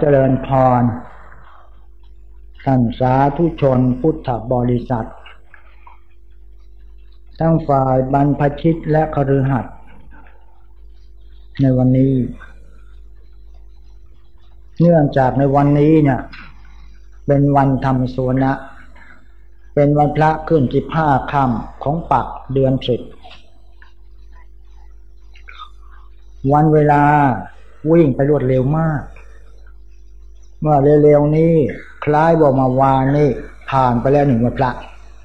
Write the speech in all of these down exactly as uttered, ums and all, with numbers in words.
เจริญพรท่านสาธุชนพุทธบริษัททั้งฝ่ายบรรพชิตและคฤหัสถ์ในวันนี้เนื่องจากในวันนี้เนี่ยเป็นวันธรรมสวนะเป็นวันพระขึ้นสิบห้าค่ำของปักเดือนสิบวันเวลาวิ่งไปรวดเร็วมากเมื่อเร็วๆนี้คล้ายบอกมาวานนี่ผ่านไปแล้วหนึ่งวันพระ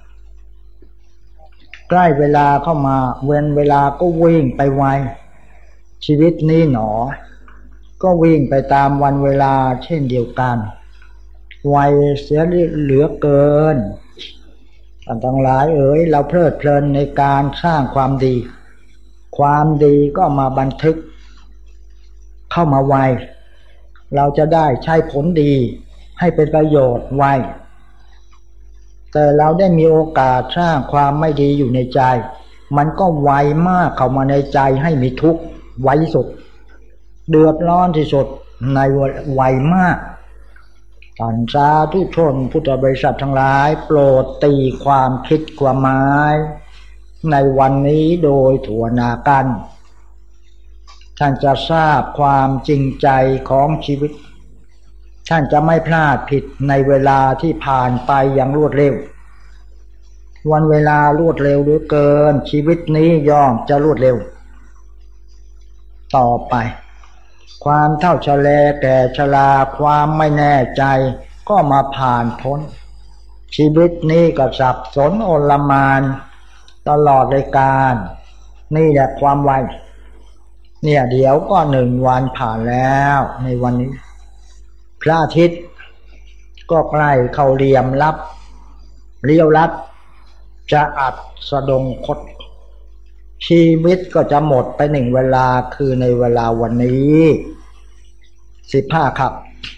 ใกล้เวลาเข้ามาเว้นเวลาก็วิ่งไปไวชีวิตนี้หนอก็วิ่งไปตามวันเวลาเช่นเดียวกันไวเสียเหลือเกินท่านทั้งหลายเอ๋ยเราเพลิดเพลินในการสร้างความดีความดีก็มาบันทึกเข้ามาไวเราจะได้ใช้ผลดีให้เป็นประโยชน์ไวแต่เราได้มีโอกาสสร้างความไม่ดีอยู่ในใจมันก็ไวมากเข้ามาในใจให้มีทุกข์ไวที่สุดเดือดร้อนที่สุดในไวมากท่านสาธุชนพุทธบริษัททั้งหลายโปรดตีความคิดความหมายในวันนี้โดยถั่วหน้ากันท่านจะทราบความจริงใจของชีวิตท่านจะไม่พลาดผิดในเวลาที่ผ่านไปอย่างรวดเร็ววันเวลารวดเร็วเหลือเกินชีวิตนี้ย่อมจะรวดเร็วต่อไปความเฒ่าชราแก่ชราความไม่แน่ใจก็มาผ่านพ้นชีวิตนี้ก็สับสนโอลหม่านตลอดรายการนี่แหละความไวเนี่ยเดี๋ยวก็หนึ่งวันผ่านแล้วในวันนี้พระอาทิตย์ก็ใกล้เข้าเหลี่ยมลับเลี้ยวลับจะอัดสะดงคตชีวิตก็จะหมดไปหนึ่งเวลาคือในเวลาวันนี้สิบห้าครับ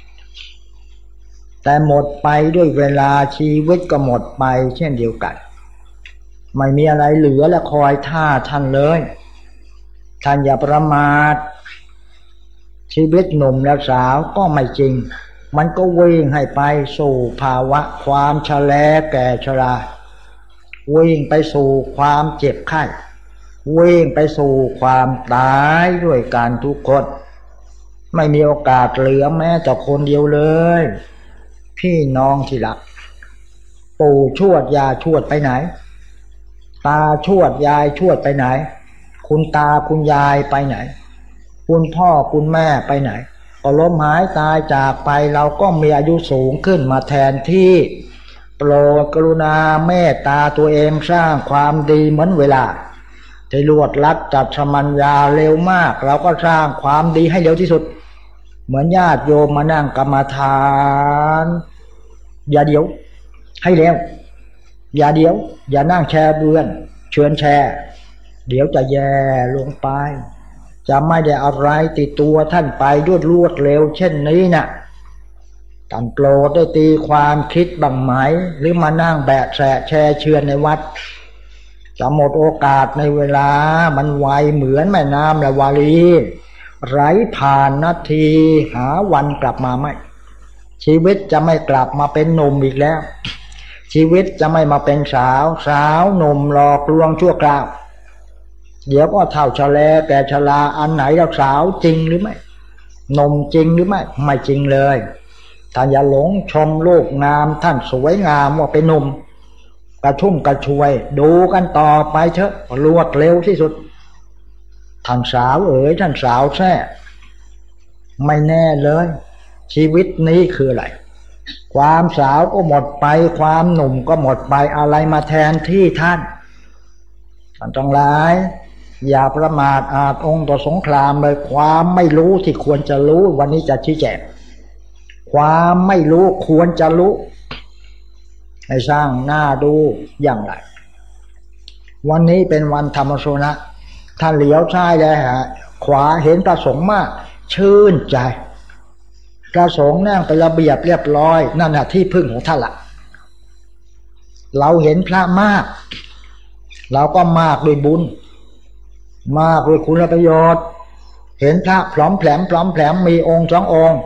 แต่หมดไปด้วยเวลาชีวิตก็หมดไปเช่นเดียวกันไม่มีอะไรเหลือและคอยท่าท่านเลยท่านอย่าประมาทชีวิตหนุ่มและสาวก็ไม่จริงมันก็วิ่งให้ไปสู่ภาวะความชราแก่ชราวิ่งไปสู่ความเจ็บไข้วิ่งไปสู่ความตายด้วยการทุกคนไม่มีโอกาสเหลือแม้แต่คนเดียวเลยพี่น้องที่รักปู่ชวดยาชวดไปไหนตาชวดยายชวดไปไหนคุณตาคุณยายไปไหนคุณพ่อคุณแม่ไปไหนก็ล้มหายตายจากไปเราก็มีอายุสูงขึ้นมาแทนที่โปรดกรุณาเมตตาตัวเองสร้างความดีเหมือนเวลาที่รวดลัดจัดสมัญญาเร็วมากเราก็สร้างความดีให้เร็วที่สุดเหมือนญาติโยมมานั่งกรรมฐานอย่าเดี๋ยวให้เร็วอย่าเดี๋ยวอย่านั่งแช่เดือนเชิญแช่เดี๋ยวจะแย่ลงไปจะไม่ได้อะไรติดตัวท่านไปด้วยรวดเร็วเช่นนี้นะท่านโปรดได้ตีความคิดบังไหมหรือมานั่งแบะแฉะแช่เชือนในวัดจะหมดโอกาสในเวลามันไวเหมือนแม่น้ำละวารีไหลผ่านนาทีหาวันกลับมาไม่ชีวิตจะไม่กลับมาเป็นหนุ่มอีกแล้วชีวิตจะไม่มาเป็นสาวสาวหนุ่มหลอกลวงชั่วคราวเดี๋ยวก็เท่าชราแก่ชราอันไหนเราสาวจริงหรือไม่หนุ่มจริงหรือไม่ไม่จริงเลยท่านอย่าหลงชมรูปงามท่านสวยงามว่าเป็นหนุ่มกระชุ่มกระชวยดูกันต่อไปเถอะรวดเร็วที่สุดท่านสาวเอ๋ยท่านสาวแท้ไม่แน่เลยชีวิตนี้คืออะไรความสาวก็หมดไปความหนุ่มก็หมดไปอะไรมาแทนที่ท่านท่านทั้งหลายอย่าประมาทอาจองค์ต่อสงครามเลยความไม่รู้ที่ควรจะรู้วันนี้จะชี้แจงความไม่รู้ควรจะรู้ให้สร้างหน้าดูอย่างไรวันนี้เป็นวันธรรมสวนะท่านเหลียวซ้ายได้ฮะขวาเห็นพระสงฆ์มากชื่นใจพระสงฆ์นั่งเป็นระเบียบเรียบร้อยนั่นน่ะที่พึ่งของท่านละเราเห็นพระมากเราก็มากด้วยบุญมากด้วยคุณประโยชน์เห็นพระพร้อมแผลมพร้อมแผลมมีองค์สององค์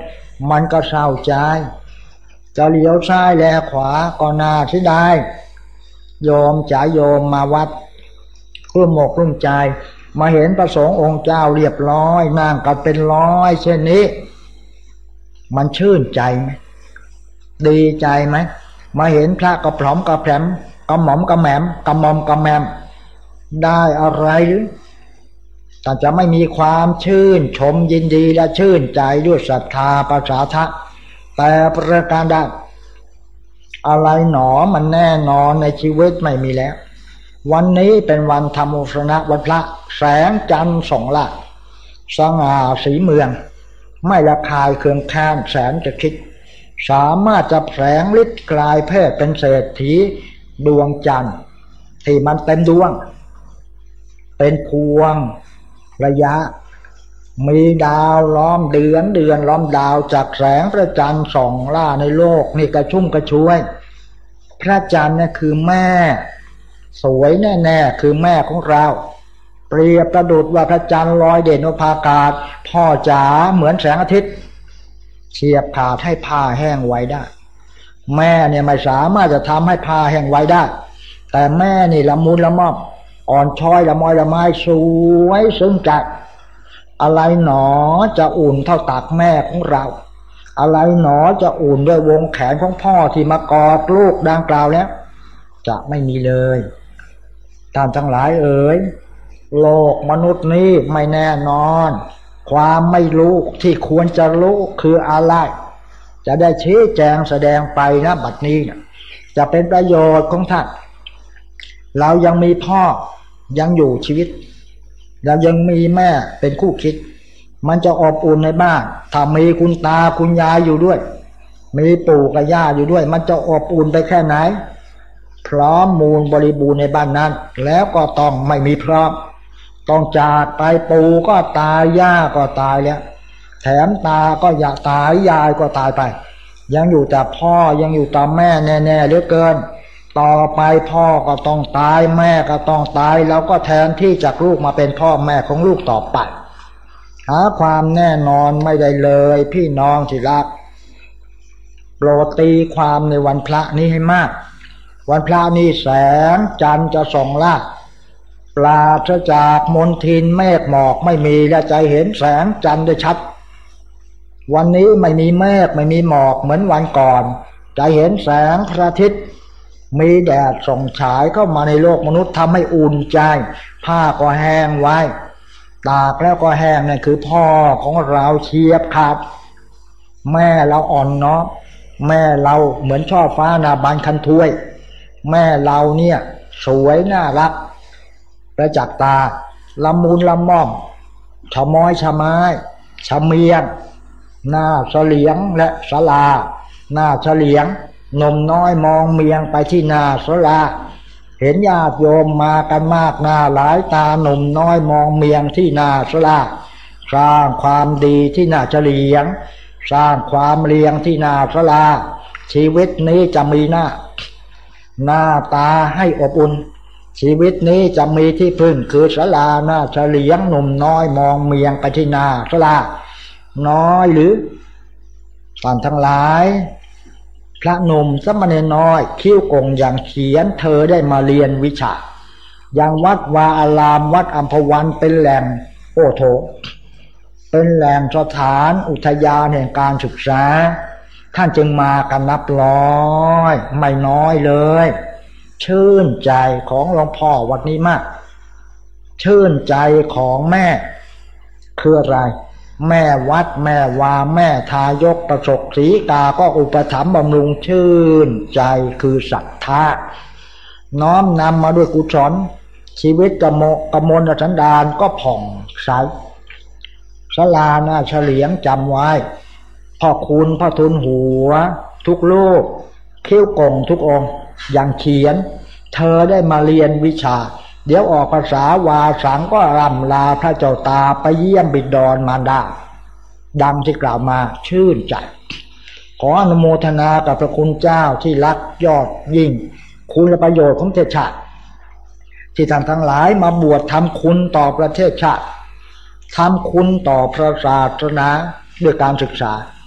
มันก็เศร้าใจจะเลี้ยวซ้ายแลขวาก็น่าเสียดายโยมจ๋าโยมมาวัดกลุ้มอกกลุ้มใจมาเห็นพระสงฆ์องค์เจ้าเรียบร้อยนั่งกันเป็นร้อยเช่นนี้มันชื่นใจไหมดีใจไหมมาเห็นพระกระพร้อมกระแผลมกระหม่อมกระแหม่มกระมอมกระแมมได้อะไรหรือแต่จะไม่มีความชื่นชมยินดีและชื่นใจด้วยศรัทธาประสาทะแต่ประการใดอะไรหนอมันแน่นอนในชีวิตไม่มีแล้ววันนี้เป็นวันธรรมอุสนะวันพระแสงจันทร์ส่องละสง่าสีเมืองไม่ระคายเคืองแค้นแสนจะคิดสามารถจะแผลงฤทธิ์กลายเพศเป็นเศรษฐีดวงจันทร์ที่มันเต็มดวงเป็นพวงระยะมีดาวล้อมเดือนเดือนล้อมดาวจากแสงพระจันทร์ส่องล่าในโลกนี่กระชุ่มกระชวยพระจันทร์เนี่ยคือแม่สวยแน่ๆคือแม่ของเราเปรียบประดุจว่าพระจันทร์ลอยเด่นบนอากาศพ่อจ๋าเหมือนแสงอาทิตย์เฉียบขาดให้ผ้าแห้งไว้ได้แม่เนี่ยไม่สามารถจะทำให้ผ้าแห้งไว้ได้แต่แม่นี่ละมุนละม่อมอ่อนช้อยละมอยละไม้สวยซึ้งใจอะไรหนอจะอุ่นเท่าตักแม่ของเราอะไรหนอจะอุ่นด้วยวงแขนของพ่อที่มากอดลูกดังกล่าวแล้วจะไม่มีเลยท่านทั้งหลายเอ๋ยโลกมนุษย์นี้ไม่แน่นอนความไม่รู้ที่ควรจะรู้คืออะไรจะได้ชี้แจงแสดงไปนะบัดนี้จะเป็นประโยชน์ของท่านเรายังมีพ่อยังอยู่ชีวิตเรายังมีแม่เป็นคู่คิดมันจะอบอุ่นในบ้านถ้ามีคุณตาคุณยายอยู่ด้วยมีปู่กับย่าอยู่ด้วยมันจะอบอุ่นไปแค่ไหนพร้อมมูลบริบูรณ์ในบ้านนั้นแล้วก็ต้องไม่มีพร้อมต้องจากไปปู่ก็ตายย่าก็ตายแล้วแถมตาก็อยากตายยายก็ตายไปยังอยู่แต่พ่อยังอยู่แต่แม่แน่ๆเหลือเกินต่อไปพ่อก็ต้องตายแม่ก็ต้องตายแล้วก็แทนที่จากลูกมาเป็นพ่อแม่ของลูกต่อไปหาความแน่นอนไม่ได้เลยพี่น้องที่รักโปรดตีความในวันพระนี้ให้มากวันพระนี้แสงจันทร์จะส่องล่าปราศจากมลทินเมฆหมอกไม่มีและจะเห็นแสงจันทร์ได้ชัดวันนี้ไม่มีเมฆไม่มีหมอกเหมือนวันก่อนจะเห็นแสงพระอาทิตย์มีแดดส่องฉายเข้ามาในโลกมนุษย์ทำให้อุ่นใจผ้าก็แห้งไว้ตากแล้วก็แห้งนั่นคือพ่อของเราเฉียบขาดแม่เราอ่อนน้อมแม่เราเหมือนช่อฟ้านาบานคันถ้วยแม่เราเนี่ยสวยน่ารักประจักษ์ตาละมุนละม่อมชะม้อยชะไม้ชะเมียงหน้าเฉลียงและศาลาหน้าเฉลียงนมน้อยมองเมียงไปที่หน้าศาลาเห็นญาติโยมมากันมากหน้าหลายตาหนุ่มน้อยมองเมียงที่หน้าศาลาสร้างความดีที่หน้าเฉลียงสร้างความเลียงที่หน้าศาลาชีวิตนี้จะมีหน้าหน้าตาให้อบอุ่นชีวิตนี้จะมีที่พึ่งคือศาลาหน้าเฉลียงหนุ่มน้อยมองเมียงไปที่หน้าศาลาน้อยหรือท่านทั้งหลายพระหนุ่มสมณน้อยคิ้วกงอย่างเขียนเธอได้มาเรียนวิชาอย่างวัดวาอารามวัดอัมพวันเป็นแหล่งโอ้โถเป็นแหล่งสถานอุทยานแห่งการศึกษาท่านจึงมากันนับร้อยไม่น้อยเลยชื่นใจของหลวงพ่อวัดนี้มากชื่นใจของแม่คืออะไรแม่วัดแม่วาแม่ทายกประสบศรีกาก็อุปถัมภ์บำรุงชื่นใจคือศรัทธาน้อมนำมาด้วยกุศลชีวิตกมกมลสันดานก็ผ่องใสศาลาหน้าเฉลียงจำไว้พ่อคุณพ่อทุนหัวทุกลูกคิ้วกงทุกองค์อย่างเขียนเธอได้มาเรียนวิชาเดี๋ยวออกภาษาวาสังก็ร่ำลาพระเจ้าตาไปเยี่ยมบิดรมารดาดังที่กล่าวมาชื่นใจขออนุโมทนากับพระคุณเจ้าที่รักยอดยิ่งคุณและประโยชน์ของประเทศชาติที่ท่านทั้งหลายมาบวชทำคุณต่อประเทศชาติทำคุณต่อพระศาสนาด้วยการศึกษา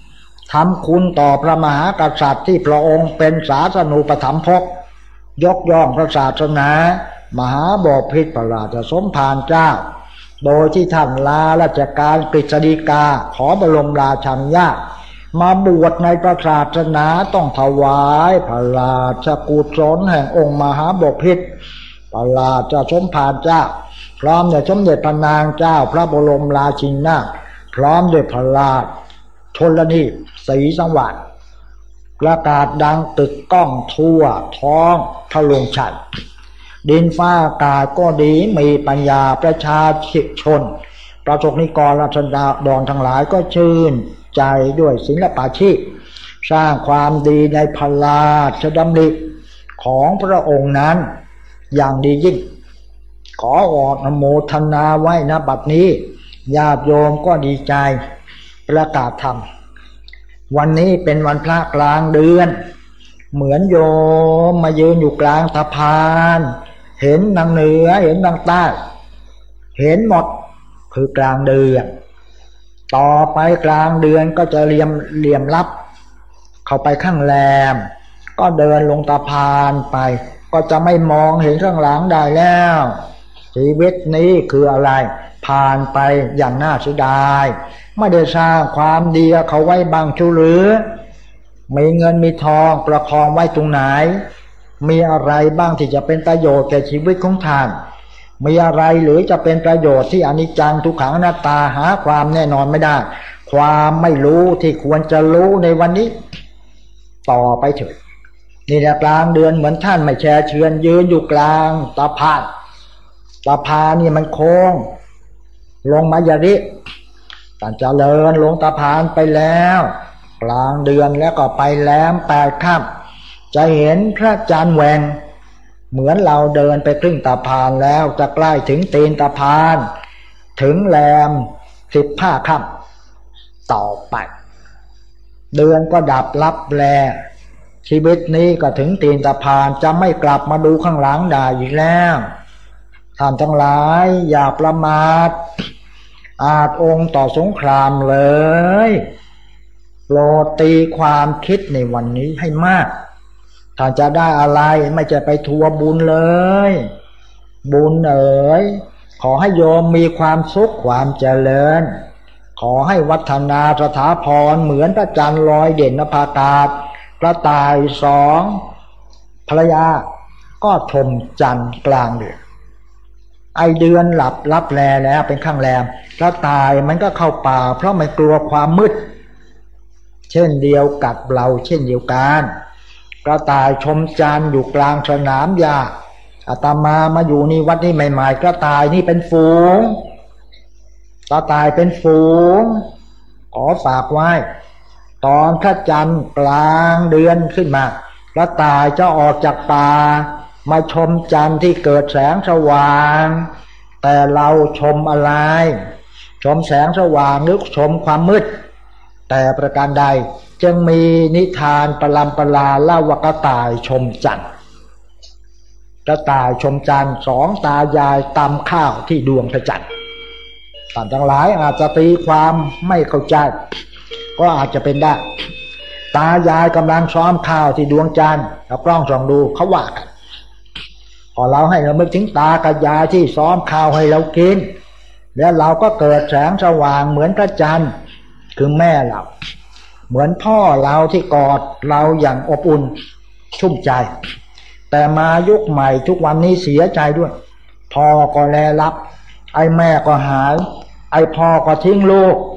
ทำคุณต่อพระมหากษัตริย์ที่พระองค์เป็นศาสนูปถัมภกยกย่องพระศาสนามหาบพิตรพระราชสมภารเจ้าโดยที่ท่านลาราชการกฤษฎีกาขอบรมราชานุญาตมาบวชในพระศาสนาต้องถวายพระราชกุศลแห่งองค์มหาบพิตรพระราชสมภารเจ้าพร้อมด้วยสมเด็จพระนางเจ้าพระบรมราชินีนาถพร้อมด้วยพระราชชนนีศรีสังวาสประกาศดังตึกก้องทั่วท้องทะลวงชัยดินฟ้าอากาศก็ดีมีปัญญาประชาชนประสบนิกรราษฎรทั้งหลายก็ชื่นใจด้วยศิลปาชีพสร้างความดีในพระราชดำริของพระองค์นั้นอย่างดียิ่งขออนุโมทนาไว้ณบัดนี้ญาติโยมก็ดีใจประกาศธรรมวันนี้เป็นวันพระกลางเดือนเหมือนโยมมายืนอยู่กลางสะพานเห็นทางเหนือเห็นทางใต้เห็นหมดคือกลางเดือนต่อไปกลางเดือนก็จะเหลี่ยมเหลี่ยมลับเข้าไปข้างแรมก็เดินลงสะพานไปก็จะไม่มองเห็นข้างหลังได้แล้วชีวิตนี้คืออะไรผ่านไปอย่างน่าเสียดายไม่ได้สร้างความดีเขาไว้บางชุหรือมีเงินมีทองประคองไว้ตรงไหนมีอะไรบ้างที่จะเป็นประโยชน์แก่ชีวิตของท่านมีอะไรหรือจะเป็นประโยชน์ที่อนิจจังทุกขังอนัตตาหาความแน่นอนไม่ได้ความไม่รู้ที่ควรจะรู้ในวันนี้ต่อไปเถิดนี่แหละกลางเดือนเหมือนท่านไม่แช่เชือนยืนอยู่กลางสะพานสะพานนี่มันโค้งลงมาอย่างนี้ท่านเจริญลงสะพานไปแล้วกลางเดือนแล้วก็ไปแหลมแปดค่ำจะเห็นพระจันทร์แหว่งเหมือนเราเดินไปครึ่งสะพานแล้วจะใกล้ถึงตีนสะพานถึงแหลมสิบห้าค่ำต่อไปเดือนก็ดับลับแลชีวิตนี้ก็ถึงตีนสะพานจะไม่กลับมาดูข้างหลังได้อีกแล้วท่านทั้งหลายอย่าประมาทอาจองค์ต่อสงครามเลยโปรดตีความคิดในวันนี้ให้มากถ้าจะได้อะไรไม่จะไปทัวบุญเลยบุญเอ๋ยขอให้โยมมีความสุขความเจริญขอให้วัฒนาสถาพรเหมือนพระจันทร์ลอยเด่นนภาอากาศกระต่ายสองภรรยาก็ชมจันทร์กลางเดือนไอเดือนหลับรับแลแล้วเป็นข้างแรมกระต่ายมันก็เข้าป่าเพราะมันกลัวความมืดเช่นเดียวกับเราเช่นเดียวกันกระต่ายชมจันทร์อยู่กลางสนามหญ้าอาตมามาอยู่นี่วัดนี้ใหม่ๆกระต่ายนี่เป็นฝูงกระต่ายเป็นฝูงขอฝากไว้ตอนพระจันทร์กลางเดือนขึ้นมากระต่ายจะออกจากป่ามาชมจันทร์ที่เกิดแสงสว่างแต่เราชมอะไรชมแสงสว่างหรือชมความมืดแต่ประการใดจึงมีนิทานปรำปราเล่าว่ากระต่ายชมจันทร์กระต่ายชมจันทร์สองตายายตำข้าวที่ดวงพระจันทร์ท่านทั้งหลายอาจจะตีความไม่เข้าใจก็อาจจะเป็นได้ตายายกำลังซ้อมข้าวที่ดวงจันทร์เอากล้องส่องดูเขาว่ากันพอเราให้เราไม่ถึงตากับยายที่ซ้อมข้าวให้เรากินแล้วเราก็เกิดแสงสว่างเหมือนพระจันทร์คือแม่เราเหมือนพ่อเราที่กอดเราอย่างอบอุ่นชุ่มใจแต่มายุคใหม่ทุกวันนี้เสียใจด้วยพ่อก็แลรับไอ้แม่ก็หายไอ้พ่อก็ทิ้งลูก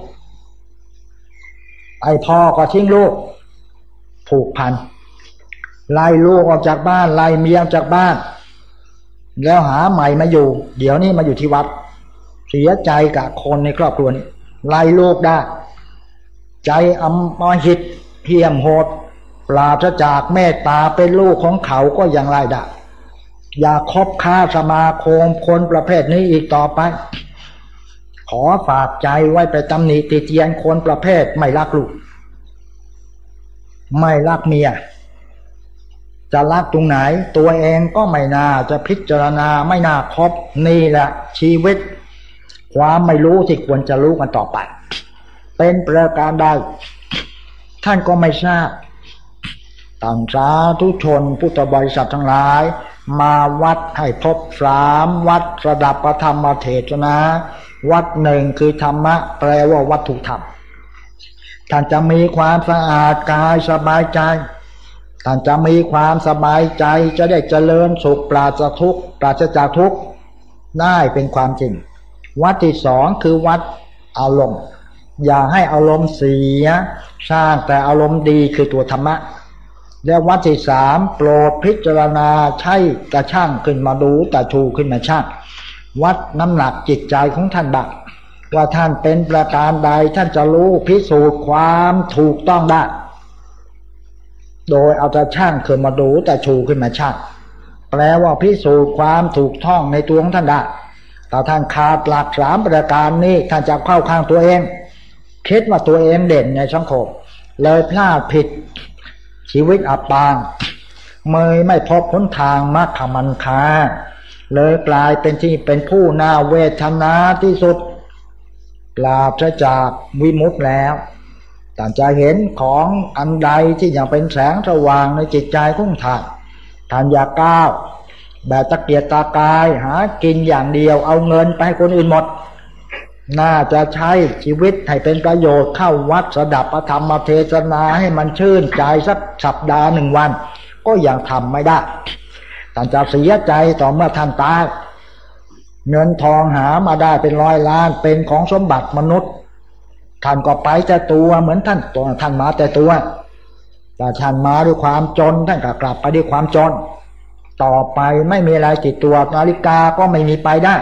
ไอ้พ่อก็ทิ้งลูกผูกพันไล่ลูกออกจากบ้านไล่เมียออกจากบ้านแล้วหาใหม่มาอยู่เดี๋ยวนี้มาอยู่ที่วัดเสียใจกับคนในครอบครัวนี้ไล่ลูกได้ใจอำมหิตเหี้ยมโหดปราศจากเมตตาเป็นลูกของเขาก็ยังไล่ได้อย่าคบค้าสมาคมคนประเภทนี้อีกต่อไปขอฝากใจไว้ไปตำหนิติเตียนคนประเภทไม่รักลูกไม่รักเมียจะรักตรงไหนตัวเองก็ไม่น่าจะพิจารณาไม่น่าคบนี่แหละชีวิตความไม่รู้ที่ควรจะรู้กันต่อไปเป็นประการใดท่านก็ไม่ทราบต่างสาธุชนพุทธบริษัททั้งหลายมาวัดให้พบสามวัดระดับพระธรรมเทศนาวัดหนึ่งคือธรรมะแปลว่าวัตถุธรรมท่านจะมีความสะอาดกายสบายใจท่านจะมีความสบายใจจะได้เจริญสุขปราศจากทุกข์ปราศจากทุกข์ได้เป็นความจริงวัดที่สองคือวัดอารมณ์อย่าให้อารมณ์เสียสร้างแต่อารมณ์ดีคือตัวธรรมะและวัดที่สามโปรดพิจารณาใช้กระช่างขึ้นมาดูแต่ชูขึ้นมาช่างวัดน้ำหนักจิตใจของท่านบ้างว่าท่านเป็นประการใดท่านจะรู้พิสูจน์ความถูกต้องได้โดยเอาแต่ช่างขึ้นมาดูแต่ชูขึ้นมาช่างแปลว่าพิสูจน์ความถูกต้องในตัวของท่านได้แต่ท่านขาดหลักสามประการนี้ท่านจะเข้าข้างตัวเองคิดว่าตัวเองเด่นในสังคมเลยพลาดผิดชีวิตอับปางเมยไม่พบหนทางมรรคมันคาเลยกลายเป็นที่เป็นผู้น่าเวทนาที่สุดปราศจากวิมุตติแล้วท่านจะเห็นของอันใดที่ยังเป็นแสงสว่างในจิตใจของท่านท่านอย่าก้าวแบบตะเกียกตะกายหากินอย่างเดียวเอาเงินไปให้คนอื่นหมดน่าจะใช้ชีวิตให้เป็นประโยชน์เข้าวัดสดับพระธรรมเทศนาให้มันชื่นใจสักสัปดาห์หนึ่งวันก็ยังทำไม่ได้ท่านจะเสียใจต่อเมื่อท่านตายเงินทองหามาได้เป็นร้อยล้านเป็นของสมบัติมนุษย์ท่านก็ไปแต่ตัวเหมือนท่านตัวท่านมาแต่ตัวแต่ท่านมาด้วยความจนท่านก็กลับไปด้วยความจนต่อไปไม่มีอะไรติดตัวนาฬิกาก็ไม่มีไปได้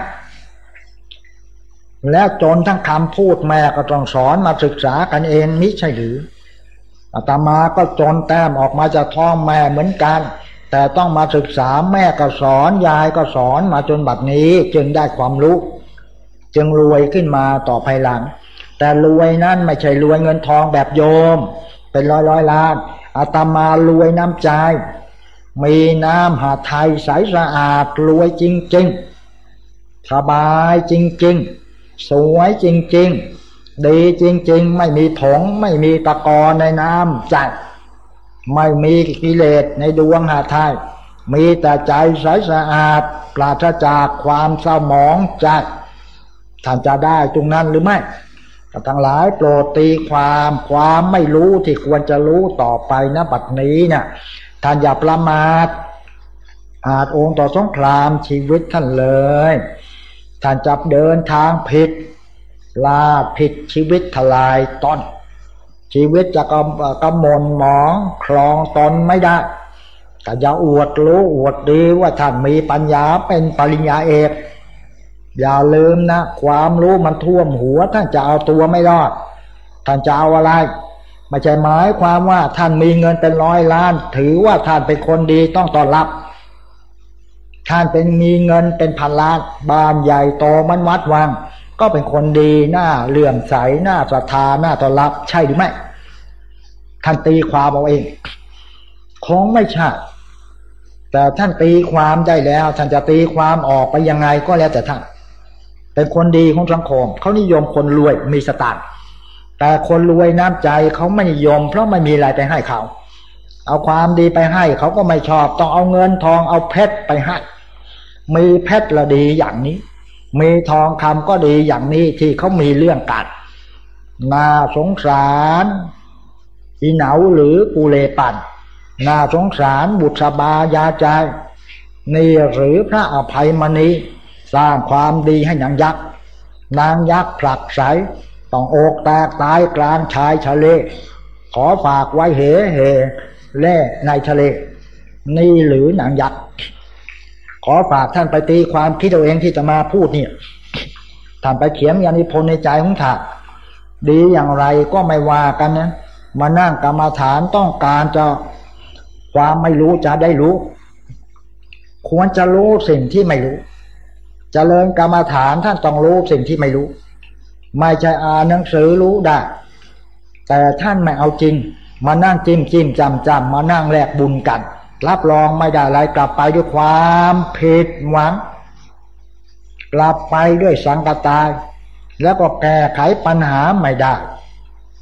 แล้วจนทั้งคำพูดแม่ก็ต้องสอนมาศึกษากันเองมิใช่หรืออาตมาก็จนแต้มออกมาจากท้องแม่เหมือนกันแต่ต้องมาศึกษาแม่ก็สอนยายก็สอนมาจนบัดนี้จึงได้ความรู้จึงรวยขึ้นมาต่อภายหลังแต่รวยนั้นไม่ใช่รวยเงินทองแบบโยมเป็นร้อยร้อยล้านอาตมารวยน้ำใจมีน้ำหาไทยใสสะอาดรวยจริงๆสบายจริงๆสวยจริงๆดีจริงๆไม่มีผงไม่มีตะกอนในน้ำใจไม่มีกิเลสในดวงหาไทยมีแต่ใจใสสะอาดปราศจากความเศร้าหมองใจท่านจะได้ตรงนั้นหรือไม่ทั้งหลายโปรดตีความความไม่รู้ที่ควรจะรู้ต่อไปนะบัดนี้เนี่ยท่านอย่าประมาทอาจองค์ต่อสงครามชีวิตท่านเลยท่านจะเดินทางผิดลาผิดชีวิตทลายต้นชีวิตจะกำกำมลหมองคลองตนไม่ได้แต่อย่าอวดรู้อวดดีว่าท่านมีปัญญาเป็นปริญญาเอกอย่าลืมนะความรู้มันท่วมหัวท่านจะเอาตัวไม่รอดท่านจะเอาอะไรไม่ใช่หมายความว่าท่านมีเงินเป็นร้อยล้านถือว่าท่านเป็นคนดีต้องต้อนรับท่านเป็นมีเงินเป็นพันล้านบ้านใหญ่โตมันวัดวังก็เป็นคนดีหน้าเลื่อมใสหน้าศรัทธาหน้าต้อนรับใช่หรือไม่ท่านตีความเอาเองคงไม่ใช่แต่ท่านตีความได้แล้วท่านจะตีความออกไปยังไงก็แล้วแต่ท่านเป็นคนดีของสังคมเขานิยมคนรวยมีสตางค์แต่คนรวยน้ำใจเขาไม่นิยมเพราะไม่มีอะไรไปให้เขาเอาความดีไปให้เขาก็ไม่ชอบต้องเอาเงินทองเอาเพชรไปให้มีเพชรละดีอย่างนี้มีทองคำก็ดีอย่างนี้ที่เขามีเรื่องกันน่าสงสารอีเหนาหรือปูเลปันน่าสงสารบุษบายาใจนี่หรือพระอภัยมณีสร้างความดีให้นางยักษ์นางยักษ์ผลักไสต้องอกแตกตายกลางชายทะเลขอฝากไว้เหเหแล่ในทะเลนี่หรือนางยักษ์ขอฝากท่านไปตีความคิดเอาเองที่จะมาพูดเนี่ยท่านไปเขียนยานิพนธ์ในใจของท่านดีอย่างไรก็ไม่ว่ากันนะมานั่งกรรมฐานต้องการจะความไม่รู้จะได้รู้ควรจะรู้สิ่งที่ไม่รู้เจริญกรรมฐานท่านต้องรู้สิ่งที่ไม่รู้ไม่ใช่อ่านหนังสือรู้ได้แต่ท่านไม่เอาจริงมานั่งจิ้มจิ้มจำจำมานั่งแลกบุญกันรับรองไม่ได้อะไรกลับไปด้วยความผิดหวังกลับไปด้วยสังกตายแล้วก็แก้ไขปัญหาไม่ได้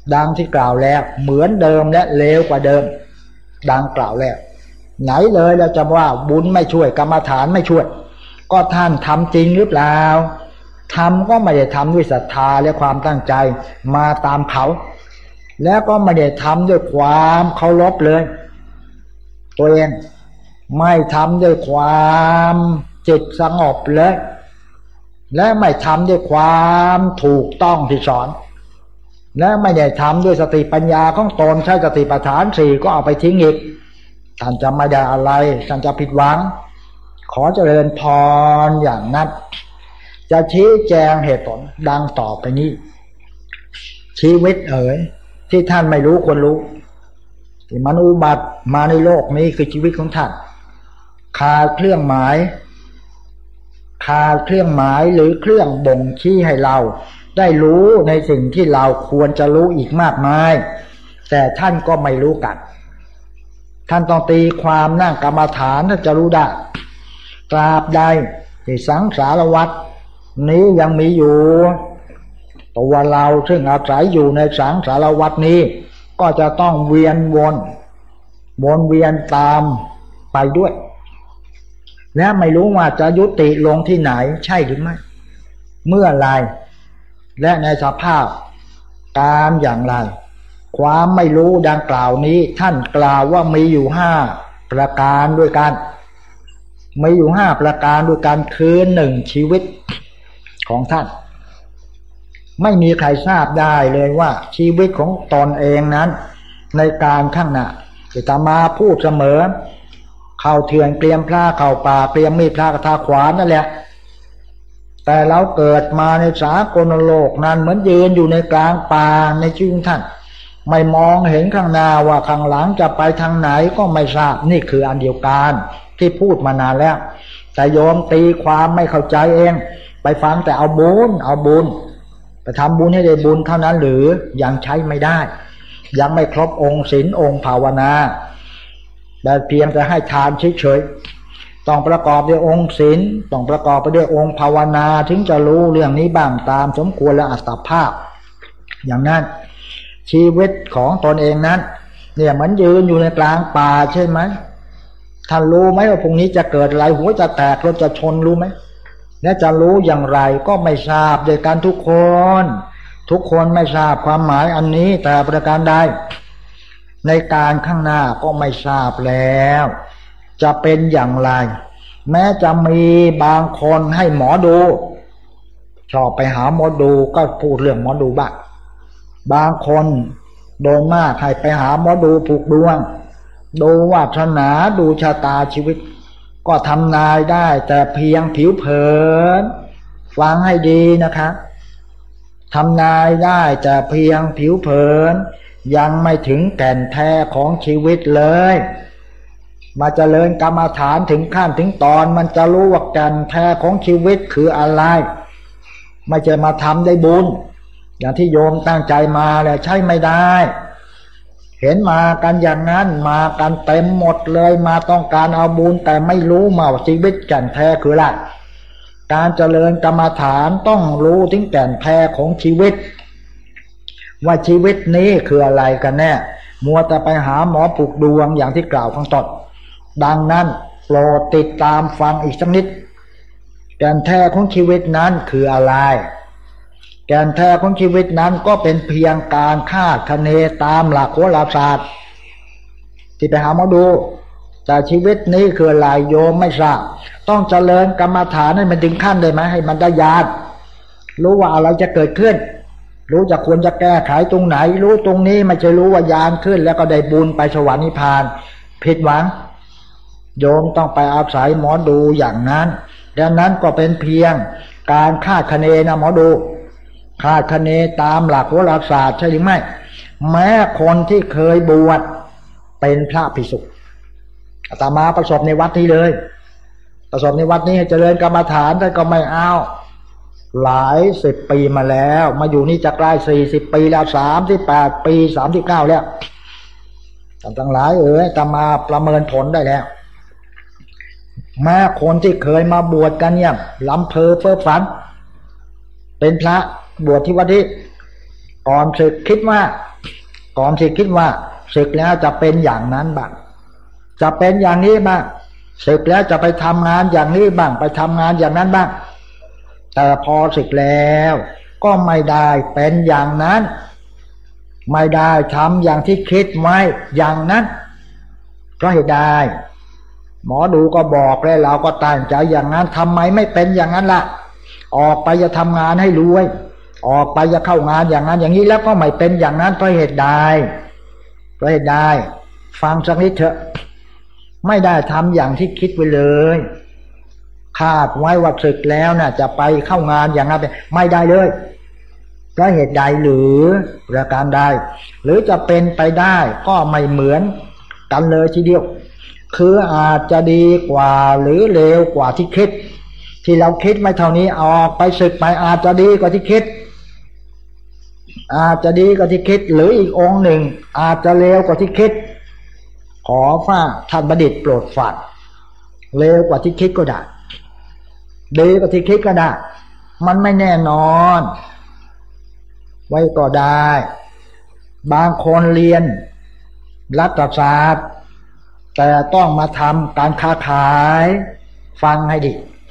ดังที่กล่าวแล้วเหมือนเดิมและเลวกว่าเดิมดังกล่าวแล้วไหนเลยเราจะว่าบุญไม่ช่วยกรรมฐานไม่ช่วยก็ท่านทำจริงหรือเปล่าทำก็ไม่ได้ทำด้วยศรัทธาและความตั้งใจมาตามเขาแล้วก็ไม่ได้ทำด้วยความเคารพเลยตัวเองไม่ทำด้วยความจิตสงบเลยและไม่ทำด้วยความถูกต้องที่สอนและไม่ได้ทำด้วยสติปัญญาของตนใช้สติปัฏฐานสี่ก็เอาไปทิ้งอีกท่านจะไม่ได้อะไรท่านจะผิดหวังขอเจริญพรอย่างนั้นจะชี้แจงเหตุผลดังต่อไปนี้ชีวิตเอ๋ยที่ท่านไม่รู้ควรรู้ที่มันอุบัติมาในโลกนี้คือชีวิตของท่านขาดเครื่องหมายขาดเครื่องหมายหรือเครื่องบ่งชี้ให้เราได้รู้ในสิ่งที่เราควรจะรู้อีกมากมายแต่ท่านก็ไม่รู้กันท่านต้องตีความนั่งกรรมฐานท่านจะรู้ได้ตราบใดที่สังสารวัฏนี้ยังมีอยู่ตัวเราซึ่งอาศัยอยู่ในสังสารวัฏนี้ก็จะต้องเวียนวนวนเวียนตามไปด้วยและไม่รู้ว่าจะยุติลงที่ไหนใช่หรือไม่เมื่อไรและในสภาพการอย่างไรความไม่รู้ดังกล่าวนี้ท่านกล่าวว่ามีอยู่ห้าประการด้วยกันมีอยู่ห้าประการด้วยกันคือหนึ่งชีวิตของท่านไม่มีใครทราบได้เลยว่าชีวิตของตนเองนั้นในการข้างหน้าที่อาตมาพูดเสมอเข้าเถื่อนเกลียมพระเข้าป่าเกลียมมีดพระกระทาขวานนั่นแหละแต่เราเกิดมาในสากลโลกนั้นเหมือนยืนอยู่ในกลางป่าในชีวิตท่านไม่มองเห็นข้างหน้าว่าข้างหลังจะไปทางไหนก็ไม่ทราบนี่คืออันเดียวกันที่พูดมานานแล้วแต่โยมตีความไม่เข้าใจเองไปฟังแต่เอาบุญเอาบุญไปทำบุญให้ได้บุญเท่านั้นหรือยังใช้ไม่ได้ยังไม่ครบองค์ศีลองค์ภาวนาแต่เพียงแต่ให้ทานเฉยๆต้องประกอบด้วยองค์ศีลต้องประกอบไปด้วยองค์ภาวนาถึงจะรู้เรื่องนี้บ้างตามสมควรและอัตภาพอย่างนั้นชีวิตของตนเองนั้นเนี่ยมันยืนอยู่ในกลางป่าใช่ไหมท่านรู้ไหมว่าพรุ่งนี้จะเกิดอะไรหัวจะแตกรถจะชนรู้ไหมและจะรู้อย่างไรก็ไม่ทราบโดยการทุกคนทุกคนไม่ทราบความหมายอันนี้แต่ประการใดในการข้างหน้าก็ไม่ทราบแล้วจะเป็นอย่างไรแม้จะมีบางคนให้หมอดูชอบไปหาหมอดูก็พูดเรื่องหมอดูบ้างบางคนโดยมากให้ไปหาหมอดูผูกดวงดูวาสนาดูชะตาชีวิตก็ทำนายได้แต่เพียงผิวเผินฟังให้ดีนะคะทำนายได้แต่เพียงผิวเผินยังไม่ถึงแก่นแท้ของชีวิตเลยมาเจริญกรรมฐานถึงขั้นถึงตอนมันจะรู้ว่าแก่นแท้ของชีวิตคืออะไรไม่จะมาทำได้บุญอย่างที่โยมตั้งใจมาแหละใช่ไม่ได้เห็นมากันอย่างนั้นมากันเต็มหมดเลยมาต้องการเอาบุญแต่ไม่รู้มาว่าชีวิตแก่นแท้คืออะไรการเจริญกรรมฐานต้องรู้ถึงแก่นแท้ของชีวิตว่าชีวิตนี้คืออะไรกันแน่มัวแต่ไปหาหมอผูกดวงอย่างที่กล่าวข้างต้นดังนั้นโปรดติดตามฟังอีกสักนิดแก่นแท้ของชีวิตนั้นคืออะไรแก่นแท้ของชีวิตนั้นก็เป็นเพียงการคาดคะเนตามหลักโหราศาสตร์ที่ไปหาหมอดูแต่ชีวิตนี้คืออะไรโยมไม่ทราบต้องเจริญกรรมฐานให้มันถึงขั้นได้ไหมให้มันได้ญาณรู้ว่าอะไรจะเกิดขึ้นรู้จะควรจะแก้ไขตรงไหนรู้ตรงนี้ไม่ใช่รู้ว่าญาณขึ้นแล้วก็ได้บุญไปสวรรค์นิพพานผิดหวังโยมต้องไปอาศัยหมอดูอย่างนั้นดังนั้นก็เป็นเพียงการคาดคะเนนะหมอดูคาดคะเนตามหลักโหราศาสตร์ใช่หรือไม่แม้คนที่เคยบวชเป็นพระภิกษุอาตมาประสบในวัดนี้เลยประสบในวัดนี้ให้เจริญกรรมฐานแต่ก็ไม่เอาหลายสิบปีมาแล้วมาอยู่นี่จะใกล้สี่สิบปีแล้วสามสิบแปดปีสามสิบเก้าแล้วต่างๆหลายเอ๋ยอาตมาประเมินผลได้แล้วแม้คนที่เคยมาบวชกันเนี่ยลำเพอเพ้อฝันเป็นพระบวชที่วัดนี้ก่อนศึกคิดว่าก่อนที่คิดว่าศึกแล้วจะเป็นอย่างนั้นบ้างจะเป็นอย่างนี้บ้างศึกแล้วจะไปทำงานอย่างนี้บ้างไปทำงานอย่างนั้นบ้างแต่พอศึกแล้วก็ไม่ได้เป็นอย่างนั้นไม่ได้ทำอย่างที่คิดไว้อย่างนั้นเพราะเหตุใดหมอดูก็บอกแล้วเราก็ตั้งใจอย่างนั้นทำไมไม่เป็นอย่างนั้นล่ะออกไปจะทำงานให้รวยออกไปจะเข้างานอย่างนั้นอย่างนี้แล้วก็ไม่เป็นอย่างนั้นเพราะเหตุใดเพราะเหตุใดฟังสักนิดเถอะไม่ได้ทำอย่างที่คิดไว้เลยคาดไว้ว่าศึกแล้วน่ะจะไปเข้างานอย่างนั้นไม่ได้เลยเพราะเหตุใดหรือประการใดหรือจะเป็นไปได้ก็ไม่เหมือนกันเลยทีเดียวคืออาจจะดีกว่าหรือเลวกว่าที่คิดที่เราคิดไม่เท่านี้ออกไปศึกไปอาจจะดีกว่าที่คิดอาจจะดีกว่าที่คิดหรืออีกองค์หนึ่งอาจจะเลวกว่าที่คิดขอฟ้าท่านบัณฑิตโปรดฟังเลวกว่าที่คิดก็ได้ดีกว่าที่คิดก็ได้มันไม่แน่นอนไว้ก็ได้บางคนเรียนรัฐศาสตร์แต่ต้องมาทำการค้าขายฟังให้ดี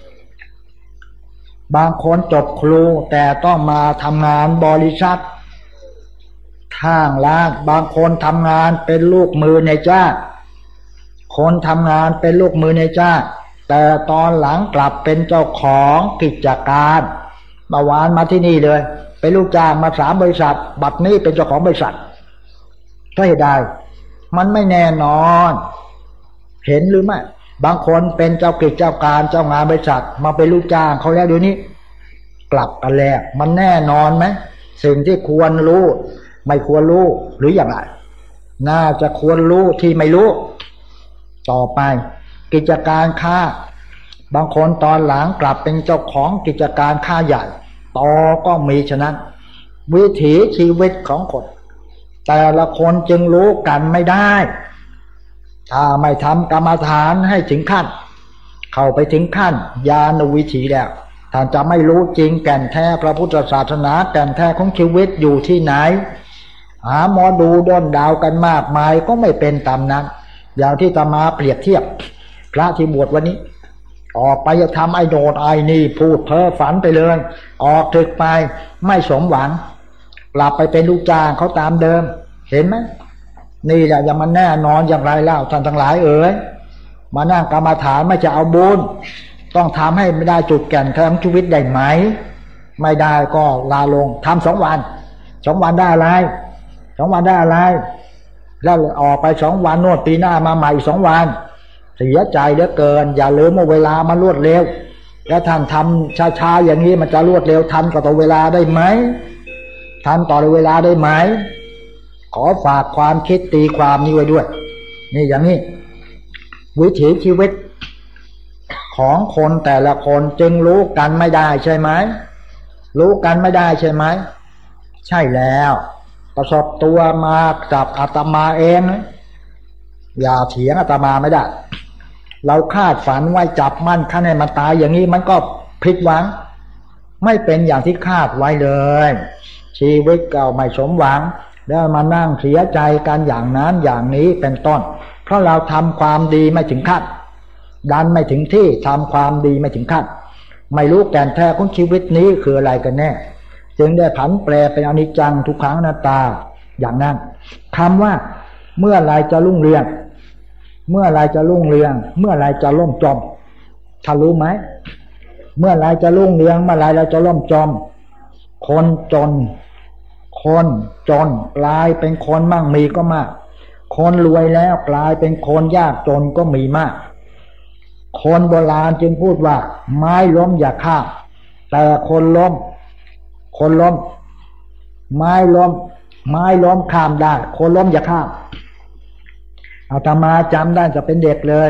บางคนจบครูแต่ต้องมาทำงานบริษัททางร้านบางคนทำงานเป็นลูกมือในจ้างคนทำงานเป็นลูกมือในจ้างแต่ตอนหลังกลับเป็นเจ้าของกิจการเมื่อวานมาที่นี่เลยเป็นลูกจ้างมาสามบริษัทบัดนี้เป็นเจ้าของบริษัทเพราะเหตุใดมันไม่แน่นอนเห็นหรือไม่บางคนเป็นเจ้ากิจเจ้าการเจ้างานบริษัทมาเป็นลูกจ้างเขาแล้วเดี๋ยวนี้กลับกันแล้วมันแน่นอนไหมสิ่งที่ควรรู้ไม่ควรรู้หรืออย่างไรน่าจะควรรู้ที่ไม่รู้ต่อไปกิจการค้าบางคนตอนหลังกลับเป็นเจ้าของกิจการค้าใหญ่ต่อก็มีฉะนั้นวิถีชีวิตของคนแต่ละคนจึงรู้กันไม่ได้ถ้าไม่ทำกรรมฐานให้ถึงขั้นเข้าไปถึงขั้นญาณวิถีแล้วท่านจะไม่รู้จริงแก่นแท้พระพุทธศาสนาแก่นแท้ของชีวิตอยู่ที่ไหนหาหมอดูด้นดาวกันมากมายก็ไม่เป็นตามนั้นอย่างที่ตมาเปรียบเทียบพระที่บวชวันนี้ออกไปจะทำไอ้โนดไอ้นี่พูดเพ้อฝันไปเลยออกถึกไปไม่สมหวังกลับไปเป็นลูกจ้างเขาตามเดิมเห็นไหมนี่แหละยังมันแน่นอนอย่างไรเล่าท่านทั้งหลายเอ๋ยมานั่งกรรมฐานไม่จะเอาบุญต้องทำให้ไม่ได้จุดแก่นแท้ของชีวิตได้ไหมไม่ได้ก็ลาลงทำสองวันสองวันได้อะไรสองวันได้อะไรแล้วออกไปสองวันโน่นปีหน้ามาใหม่สองวันเสียใจเหลือเกินอย่าลืมว่าเวลามันรวดเร็วแล้วท่านทำช้าๆอย่างนี้มันจะรวดเร็วทันกับต่อเวลาได้ไหมทันต่อเวลาได้ไหมขอฝากความคิดตีความนี้ไว้ด้วยนี่อย่างนี้วิถีชีวิตของคนแต่ละคนจึงรู้กันไม่ได้ใช่ไหมรู้กันไม่ได้ใช่ไหมใช่แล้วประสบตัวมากับอาตมาเองอย่าเถียงอาตมาไม่ได้เราคาดฝันไว้จับมั่นขั้นให้มันตายอย่างนี้มันก็ผิดหวังไม่เป็นอย่างที่คาดไว้เลยชีวิตเก่าไม่สมหวังแล้วมานั่งเสียใจกันอย่างนั้นอย่างนี้เป็นต้นเพราะเราทำความดีไม่ถึงขั้นดันไม่ถึงที่ทำความดีไม่ถึงขั้นไม่รู้แก่นแท้ของชีวิตนี้คืออะไรกันแน่จึงได้ผันแปรเป็นอนิจจังทุกขังอนัตตาอย่างนั้นคำว่าเมื่อไรจะรุ่งเรืองเมื่อไรจะรุ่งเรืองเมื่อไรจะล่มจมท่านรู้ไหมเมื่อไรจะรุ่งเรืองเมื่อไรเราจะล่มจมคนจนคนจนกลายเป็นคนมั่งมีก็มากคนรวยแล้วกลายเป็นคนยากจนก็มีมากคนโบราณจึงพูดว่าไม้ล้มอย่าข้ามแต่คนล้มคนล้มไม้ล้มไม้ล้มข้ามได้คนล้มอย่าข้ามอาตมาจำได้จะเป็นเด็กเลย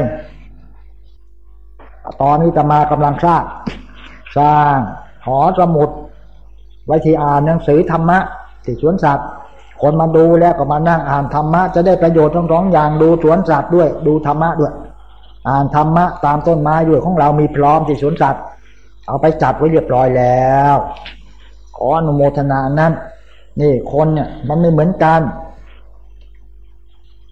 ตอนนี้อาตมากำลังสร้างสร้างหอสมุดไว้ที่อ่านหนังสือธรรมะที่สวนสัตว์คนมาดูแล้วก็มานั่งอ่านธรรมะจะได้ประโยชน์ทั้งสองอย่างดูสวนสัตว์ด้วยดูธรรมะด้วยอ่านธรรมะตามต้นไม้ด้วยของเรามีพร้อมที่สวนสัตว์เอาไปจัดไว้เรียบร้อยแล้วขออนุโมทนานั้นนี่คนเนี่ยมันไม่เหมือนกัน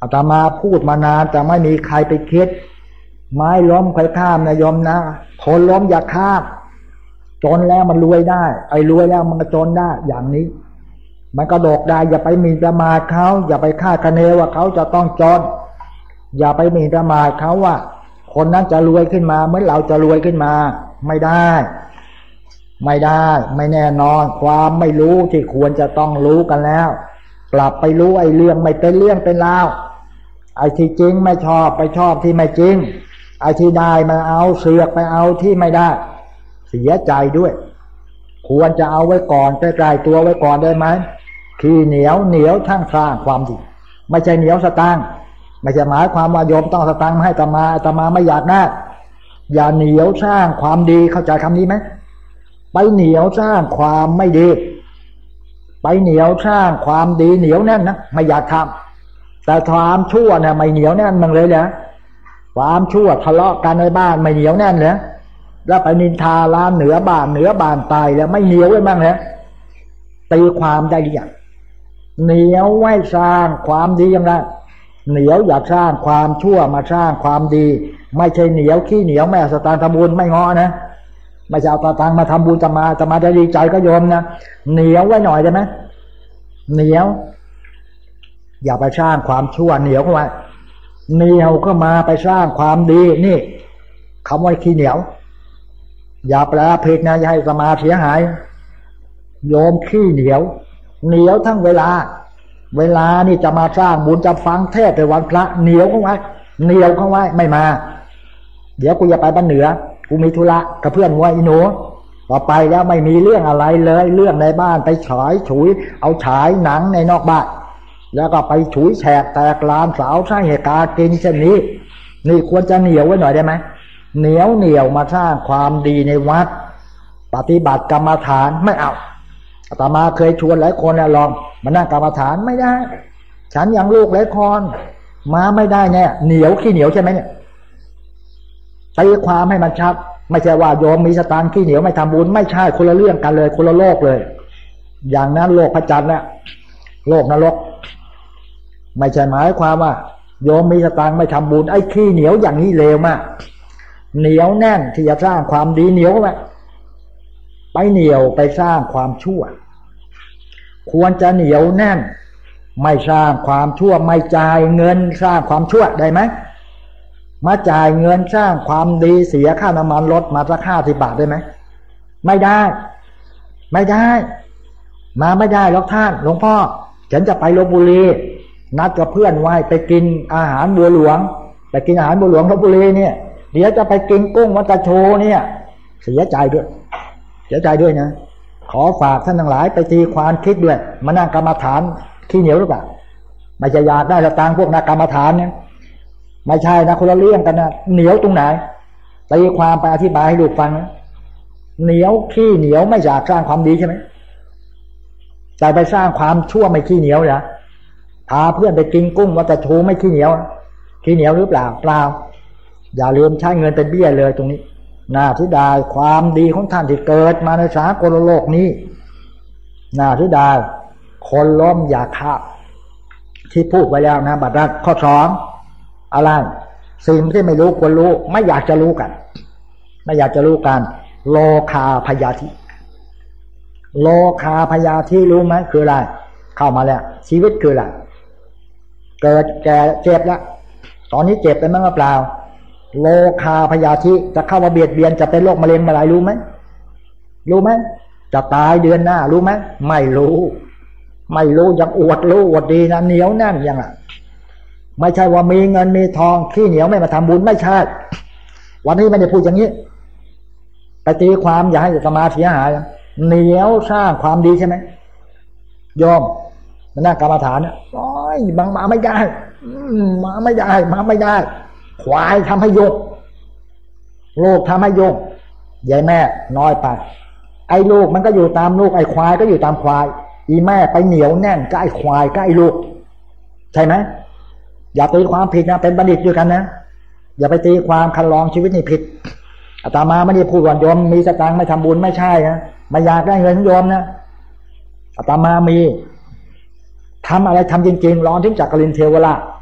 อาตมาพูดมานานแต่ไม่มีใครไปคิดไม้ล้มใครข้ามนะโยมนะคนล้มอย่าข้ามจนแล้วมันรวยได้ไอ้รวยแล้วมันก็จนได้อย่างนี้มันก็โดกได้อย่าไปหมิ่นประมาทเขาอย่าไปคาดคะเนว่าเขาจะต้องจนอย่าไปหมิ่นประมาทเขาว่าคนนั้นจะรวยขึ้นมาเหมือนเราจะรวยขึ้นมาไม่ได้ไม่ได้ไม่แน่นอนความไม่รู้ที่ควรจะต้องรู้กันแล้วกลับไปรู้ไอ้เรื่องไม่เป็นเรื่องเป็นราวไอ้ที่จริงไม่ชอบไปชอบที่ไม่จริงไอ้ที่ได้มาเอาเสือกไปเอาที่ไม่ได้เสียใจด้วยควรจะเอาไว้ก่อนใกล้ๆตัวไว้ก่อนได้ไหมขี้เหนียวเหนียวทั้งสร้างความดีไม่ใช่เหนียวสตางค์ไม่ใช่หมายความว่าโยมต้องสตางค์มาให้อาตมาอาตมาไม่อยากได้อย่าเหนียวสร้างความดีเข้าใจคำนี้ไหมไปเหนียวสร้างความไม่ดีไปเหนียวสร้างความดีเหนียวแน่นนะไม่อยากทำแต่ความชั่วเนี่ยไม่เหนียวแน่นมันเลยนะความชั่วทะเลาะกันในบ้านไม่เหนียวแน่นเลยแล้วไปนินทาลามเหนือบ้านเหนือบ้านตายแล้วไม่เหนียวไว้บ้างเลยตีความได้หรือยังเหนียวไว้สร้างความดีอย่างไรเหนียวอยากสร้างความชั่วมาสร้างความดีไม่ใช่เหนียวขี้เหนียวแม่สตางค์ทำบุญไม่งอนะไม่ใช่เอาตาตังมาทำบุญจะมาจะมาได้ดีใจก็โยมนะเหนียวไว้หน่อยได้ไหมเหนียวอย่าไปสร้างความชั่วเหนียวเข้าไว้เหนียวก็มาไปสร้างความดีนี่คำว่าขี้เหนียวอย่าแปลผิดนะอย่าให้สมาธิเสียหายโยมขี้เหนียวเหนียวทั้งเวลาเวลานี่จะมาสร้างบุญจะฟังเทศน์ในวันพระเหนียวเข้าไว้เหนียวเข้าไว้ไม่มาเดี๋ยวกูจะไปบ้านเหนือกูมีธุระกับเพื่อนว่าอีหนูต่อไปแล้วไม่มีเรื่องอะไรเลยเรื่องในบ้านไปฉายฉุยเอาฉายหนังในนอกบ้านแล้วก็ไปฉุยแฉกแตกลานสาวใช้เหตุการณ์กินเช่นนี้นี่ควรจะเหนียวไว้หน่อยได้ไหมเหนียวเหนียวมาสร้างความดีในวัดปฏิบัติกรรมฐานไม่เอาอาตมาเคยชวนหลายคนลองมานั่งกรรมฐานไม่ได้ฉันยังลูกหลายคนมาไม่ได้แน่เหนียวขี้เหนียวใช่ไหมเนี่ยตีความให้มันชัดไม่ใช่ว่าโยมมีสตางค์ขี้เหนียวไม่ทำบุญไม่ใช่คนละเรื่องกันเลยคนละโลกเลยอย่างนั้นโลกพระจันทร์น่ะโลกนรกไม่ใช่หมายความว่าโยมมีสตางค์ไม่ทำบุญไอ้ขี้เหนียวอย่างนี้เลวมากเหนียวแน่นที่จะสร้างความดีเหนียวไปไปเหนียวไปสร้างความชั่วควรจะเหนียวแน่นไม่สร้างความชั่วไม่จ่ายเงินสร้างความชั่วได้ไหมมาจ่ายเงินสร้างความดีเสียค่าน้ำมันรถมาสักห้าสิบบาทได้ไหมไม่ได้ไม่ได้มาไม่ได้หรอกท่านหลวงพ่อฉันจะไปลพบุรีนัดกับเพื่อนไว้ไปกินอาหารบัวหลวงไปกินอาหารบัวหลวงลพบุรีเนี่ยเดี๋ยวจะไปกินกุ้งวัดตะโชเนี่ยเสียใจด้วยเสียใจด้วยนะขอฝากท่านทั้งหลายไปตีความคิดด้วยมานั่งกรรมฐานขี้เหนียวหรือเปล่าไม่จะอยากได้สตางค์พวกนักกรรมฐานเนี่ยไม่ใช่นะคนละเรื่องกันนะเหนียวตรงไหนตีความไปอธิบายให้ลูกฟังนะเหนียวขี้เหนียวไม่อยากสร้างความดีใช่ไหมแต่ไปสร้างความชั่วไม่ขี้เหนียวเหรอพาเพื่อนไปกินกุ้งวัดตะโชไม่ขี้เหนียวขี้เหนียวหรือเปล่าเปล่าอย่าลืมใช้เงินเป็นเบี้ยเลยตรงนี้น่าเสียดายความดีของท่านที่เกิดมาในสากลโลกนี้น่าเสียดายคนล้มอย่าฆ่าที่พูดไว้แล้วนะบัดนั้นข้อสองอะไรสิ่งที่ไม่รู้ควรรู้ไม่อยากจะรู้กันไม่อยากจะรู้กันโลคาพยาธิโลคาพยาธิรู้ไหมคืออะไรเข้ามาแล้วชีวิตคืออะไรเกิดแก่เจ็บแล้วตอนนี้เจ็บเป็นมั้งหรือเปล่าโลคาพยาธิจะเข้ามาเบียดเบียนจะเป็นโรคมะเร็งเมื่อไหร่รู้ไหมรู้ไหมจะตายเดือนหน้ารู้ไหมไม่รู้ไม่รู้ยังอวดรู้อวดดีนะเหนียวแน่นยังอ่ะไม่ใช่ว่ามีเงินมีทองขี้เหนียวไม่มาทำบุญไม่ใช่วันนี้ไม่ได้พูดอย่างนี้ไปตีความอย่าให้สมาธิเสียหายเหนียวสร้างความดีใช่ไหมโยมมันนั่งกรรมฐานเนี่ยโอ้ยบังมาไม่ได้มาไม่ได้มาไม่ได้ควายทำให้โยกโลกทำให้โยกยายแม่น้อยไปไอ้ลูกมันก็อยู่ตามลูกไอ้ควายก็อยู่ตามควายอีแม่ไปเหนียวแน่นก็ไอ้ควายก็ไอ้ลูกใช่ไหมอย่าตีความผิดนะเป็นบัณฑิตด้วยกันนะอย่าไปตีความคันลองชีวิตนี่ผิดอาตมาไม่ได้พูดว่าโยมมีสตางค์ไม่ทำบุญไม่ใช่นะไม่อยากได้เงินโยมนะอาตมามีทำอะไรทำจริงๆร้อนถึงจากกลินเทวราช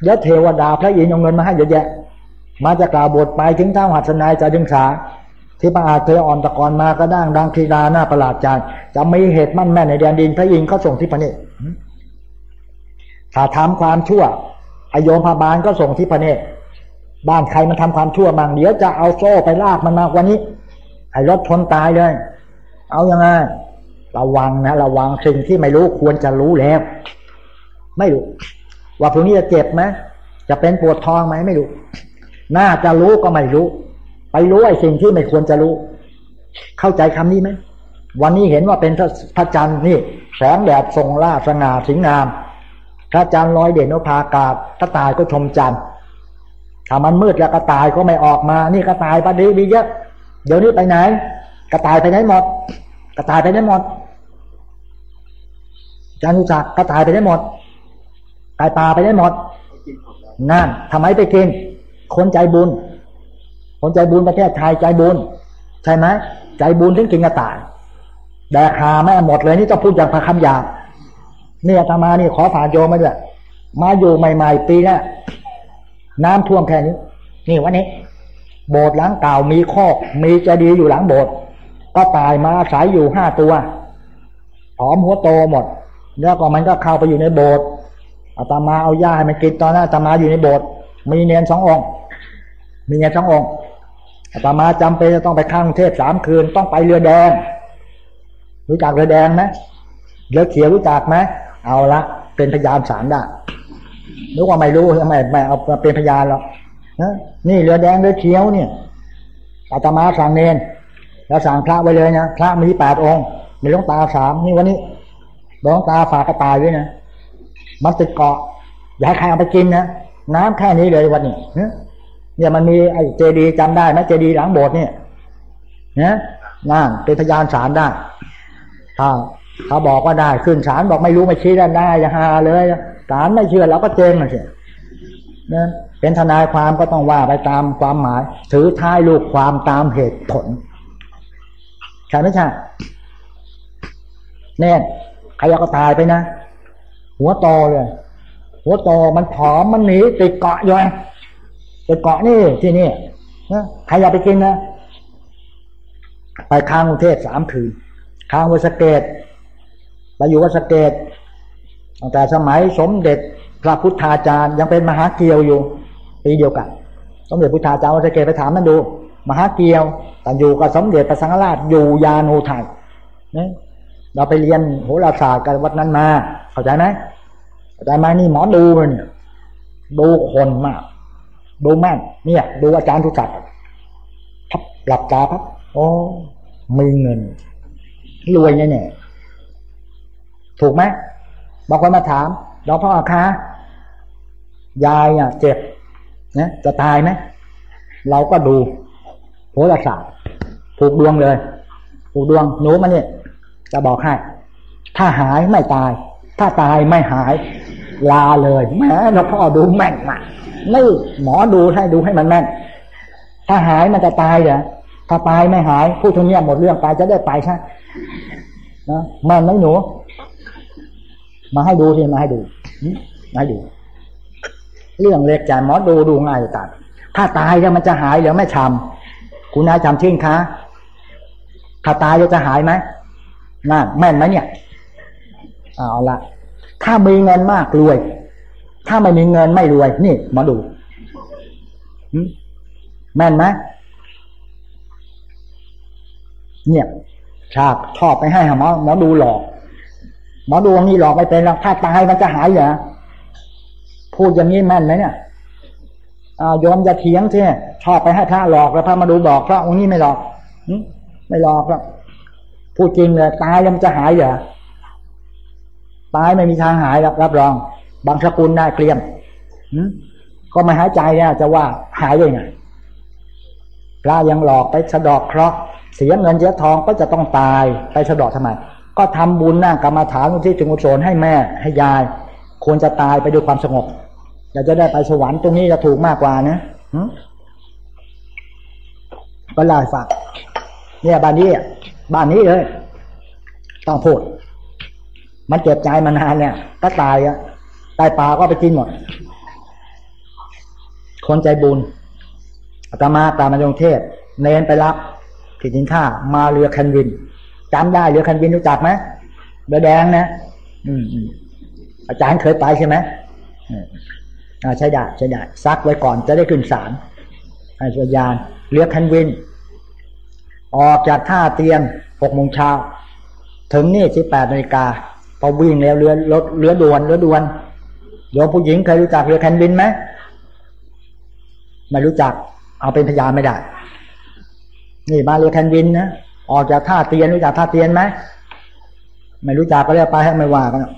เดี๋ยวเทวดาพระอินทร์เอาเงินมาให้เยอะแยะมาจะกล่าวบทไปถึงท้าวหัสนายจะดึงสาที่พระอาจเคยอ่อนตะกอนมาก็ดั้งดังคีดาหน้าประหลาดใจจะมีเหตุมั่นแม่ในแดนดินพระอินทร์ก็ส่งที่พระเนตรถ้าทำความชั่วอโยมพาบาลก็ส่งที่พระเนตรบ้านใครมันทำความชั่วบ้างเดี๋ยวจะเอาโซ่ไปลากมันมาวันนี้ให้รถชนตายเลยเอายังไงระวังนะระวังสิ่งที่ไม่รู้ควรจะรู้แล้วไม่รู้ว่าพรุ่งนี้จะเจ็บไหมจะเป็นปวดท้องไหมไม่รู้น่าจะรู้ก็ไม่รู้ไปรู้ไอ้สิ่งที่ไม่ควรจะรู้เข้าใจคำนี้ไหมวันนี้เห็นว่าเป็นพระจันทร์นี่แสงแดดทรงล่าสง่าสิงงามพระจันทร์ลอยเด่นนภาอากาศถ้าตายก็ชมจันทร์ถ้ามันมืดแล้วกระต่ายก็ไม่ออกมานี่กระต่ายประเดี๋ยวมีเยอะเดี๋ยวนี้ไปไหนกระต่ายไปไหนหมดกระต่ายไปไหนหมดจานุจักกระต่ายไปไหนหมดไก่ป่าไปไหนหมดนั่นทำไมไปกินคนใจบุญคนใจบุญประเทศไทยใจบุญใช่ไหมใจบุญถึงกินกระต่ายแดกหาไม่หมดเลยนี่ต้องพูดอย่างพระคำหยาบนี่อาตมานี่ขอผ่านโยมมาด้วยมาอยู่ใหม่ๆปีนี้น้ำท่วมแค่นี้นี่วันนี้โบสถ์หลังเก่ามีคอกมีเจดีย์อยู่หลังโบสถ์ก็ตายมาอาศัยอยู่ห้าตัวผอมหัวโตหมดแล้วก็มันก็เข้าไปอยู่ในโบสถ์อาตมาเอาหญ้าให้มันกินตอนนั้นอาตมาอยู่ในโบสถ์มีเนรสององค์มีเนรสององค์อาตมาจำเป็นจะต้องไปข้างกรุงเทพสามคืนต้องไปเรือแดงรู้จักเรือแดงไหมเรือเขียวรู้จักไหมเอาละเป็นพยานศาลได้นึกว่าไม่รู้ทำไมไม่เอาเป็นพยานหรอกนะนี่เรือแดงเรือเขียวเนี่ยอาตมาสั่งเนรแล้วสั่งพระไว้เลยนะพระมีแปดองค์มีหลวงตาสามนี่วันนี้หลวงตาฝากกระต่ายด้วยนะมันติดเกาะอย่าให้ใครเอาไปกินนะน้ำแค่นี้เลยวันนี้เนี่ยมันมีไอ้เจดีย์จำได้ไหมเจดีย์หลังโบสถ์เนี่ยนะนั่นเป็นพยานศาลได้ถ้าเขาบอกว่าได้ขึ้นศาลบอกไม่รู้ไม่ชี้ได้ได้อย่าหาเลยศาลไม่เชื่อเราก็เจ๊งมาสินะเป็นทนายความก็ต้องว่าไปตามความหมายถือท้ายลูกความตามเหตุผลใช่ไหมใช่เนี่ยใครก็ตายไปนะหัวโตเลยหัวโตมันผอมมันหนีติดเกาะอยู่ติดเกาะนี่ที่นี่นะใครอยากไปกินนะไปค้างกรุงเทพสามคืนค้างวัดสะเกษไปอยู่วัดสะเกษตั้งแต่สมัยสมเด็จพระพุทธาจารย์ยังเป็นมหาเกียวอยู่ปีเดียวกันสมเด็จพุทธาจารย์วัดสะเกษไปถามมันดูมหาเกียวแต่อยู่กับสมเด็จพระสังฆราชอยู่ยานโหไทยนะเราไปเรียนโหราศาสตร์กันวัดนั้นมาเข้าใจไหมเข้าใจไหมนี่หมอดูเนี่ยดูคนมากดูแม่นเนี่ยดูอาจารย์ทุกศักดิ์พับหลับตาพับโอ้มีเงินรวยแน่ๆถูกไหมบางคนมาถามหลวงพ่อคะยายอ่ะเจ็บนะจะตายไหมเราก็ดูโหราศาสตร์ผูกดวงเลยผูกดวงหนูมาเนี่ยจะบอกให้ถ้าหายไม่ตายถ้าตายไม่หายลาเลยแม้หลวงพ่อดูแม่นมากนี่หมอดูให้ดูให้มันแม่นถ้าหายมันจะตายเหรอถ้าตายไม่หายพูดตรงนี้หมดเรื่องไปจะได้ไปใช่นะแม่นไหมหนูมาให้ดูสิมาให้ดูมาให้ดูเรื่องเล็กใจหมอดูดูง่ายจังถ้าตายแล้วมันจะหายหรือไม่ชำคุณนายชำทิ้งคะถ้าตายแล้วจะหายไหมน่าแม่นไหมเนี่ยเอาละถ้ามีเงินมากรวยถ้าไม่มีเงินไม่รวยนี่หมอดูแม่นไหมเนี่ยฉากชอบไปให้หมอหมอดูหลอกหมอดูนี่หลอกไม่เป็นหรอกถ้าตายมันจะหายเหรอพูดอย่างนี้แม่นไหมเนี่ยโยมจะเถียงใช่ไหมชอบไปให้พระหลอกแล้วพระมาดูบอกพระองค์นี้ไม่หลอกไม่หลอกหรอกพูดจริงเลยตายแล้วมันจะหายเหรอตายไม่มีทางหายหรอกรับรองบางสกุลได้เกลียมก็ไม่หายใจเนี่ยจะว่าหายเลยไงพระยังหลอกไปสะดอกเคราะห์เสียเงินเสียทองก็จะต้องตายไปสะดอกทำไมก็ทำบุญนั่งกรรมฐานที่ถึงกุศลให้แม่ให้ยายควรจะตายไปด้วยความสงบอยากจะได้ไปสวรรค์ตรงนี้จะถูกมากกว่านะก็เล่าให้ฟังเนี่ยบ้านนี้บ้านนี้เลยต้องพูดมันเจ็บใจมานานเนี่ยก็ตายอ่ะตายปลาก็ไปกินหมดคนใจบุญอาตมาตามมาจากกรุงเทพเนนไปรับที่ดินท่ามาเรือคันวินจำได้เรือคันวินรู้จักไหมเรือแดงนะอืมอาจารย์เคยไปใช่ไหมอ่าใช่ได้ใช่ได้ซักไว้ก่อนจะได้ขึ้นศาลให้สัญญาณเรือคันวินออกจากท่าเตียนหกโมงเช้าถึงนี่สิบแปดนาฬิกาพอวิ่งแล้วเรือรถเรือด่วนเรือด่วนโยมผู้หญิงเคยรู้จักเรือคันวินไหมไม่รู้จักเอาเป็นพยานไม่ได้นี่มาเรือคันวินนะออกจากท่าเตียนรู้จักท่าเตียนไหมไม่รู้จักก็เรียกไปให้ไม่ว่ากัน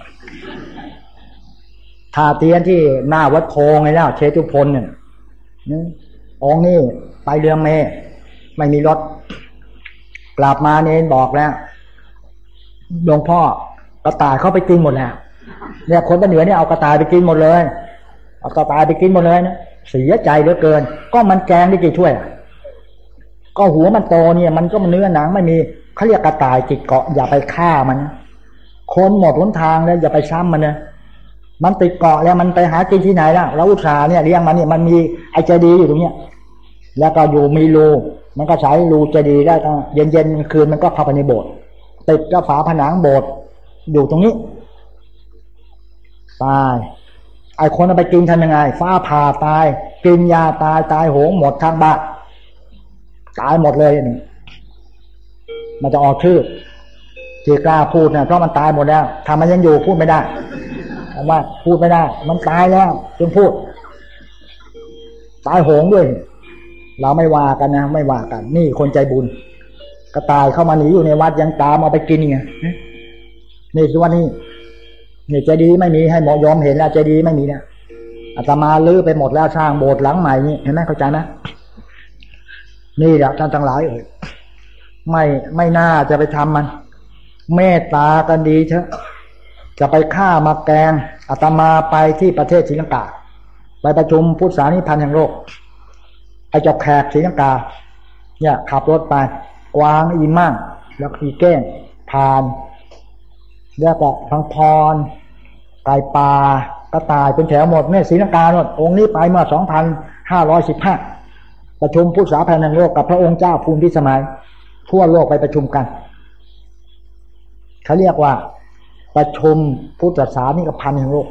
ท่าเตียนที่หน้าวัดโพงไงแล้วเชตุพลเนี่ยองค์นี่ไปเรือเมย์ไม่มีรถกลับมาเนนบอกแล้วหลวงพ่อกระต่ายเข้าไปกินหมดแล้วเนี่ยคนบ้านเหนือเนี่ยเอากระต่ายไปกินหมดเลยเอากระต่ายไปกินหมดเลยนะเสียใจเหลือเกินก็มันแกงได้กี่ถ้วยก็หัวมันโตเนี่ยมันก็มันเนื้อหนังไม่มีเขาเรียกกระต่ายจิกเกาะอย่าไปฆ่ามันคนหมดหนทางแล้วอย่าไปซ้ำมันนะมันติดเกาะแล้วมันไปหากินที่ไหนล่ะเราอุตส่าห์เนี่ยเลี้ยงมันเนี่ยมันมีไอ้เจดีย์อยู่ตรงเนี้ยแล้วก็อยู่มีรูมันก็ใช้รูเจดีย์ได้ตอนเย็นๆคืนมันก็เข้าไปในโบสถ์ติดกับฝาผนังโบสถ์อยู่ตรงนี้ตายไอ้คนเอาไปกินทำยังไงฟ้าผ่าตายกินยาตายตายโหงหมดทางบ้านตายหมดเลยนี่มันจะออกชื่อที่กล้าพูดนะเพราะมันตายหมดแล้วถ้ามันยังอยู่พูดไม่ได้ว่าพูดไม่ได้มันตายแล้วจึงพูดตายโหงด้วยเราไม่ว่ากันนะไม่ว่ากันนี่คนใจบุญกระต่ายเข้ามาหนีอยู่ในวัดยังตามเอาไปกินไงนี่คือว่านี่นี่เจดีย์ไม่มีให้หมอยอมเห็นแล้วเจดีย์ไม่มีนะอาตมาลื้อไปหมดแล้วสร้างโบสถ์หลังใหม่นี่เห็นไหมเข้าใจไหมนี่แหละท่านทั้งหลายเอ่ยไม่ไม่น่าจะไปทำมันเมตตากันดีเถอะจะไปฆ่ามาแกงอาตมาไปที่ประเทศศรีลังกาไปประชุมพุทธศาสนิกพันธ์แห่งโลกไอ้เจ้าแขกศรีลังกาเนี่ยขับรถไปกวางอีมั่งแล้วอีแก้งผ่านแล้วก็พังพรไก่ปลากระต่ายเป็นแถวหมดเนี่ยศรีลังกาหมดองค์นี้ไปเมื่อสองพันห้าร้อยสิบห้าประชุมพุทธศาสนิกพันธ์แห่งโลกกับพระองค์เจ้าภูมิพิสมัยทั่วโลกไปประชุมกันเขาเรียกว่าประชุมพุทธศาสนิกพันธ์แห่งโลก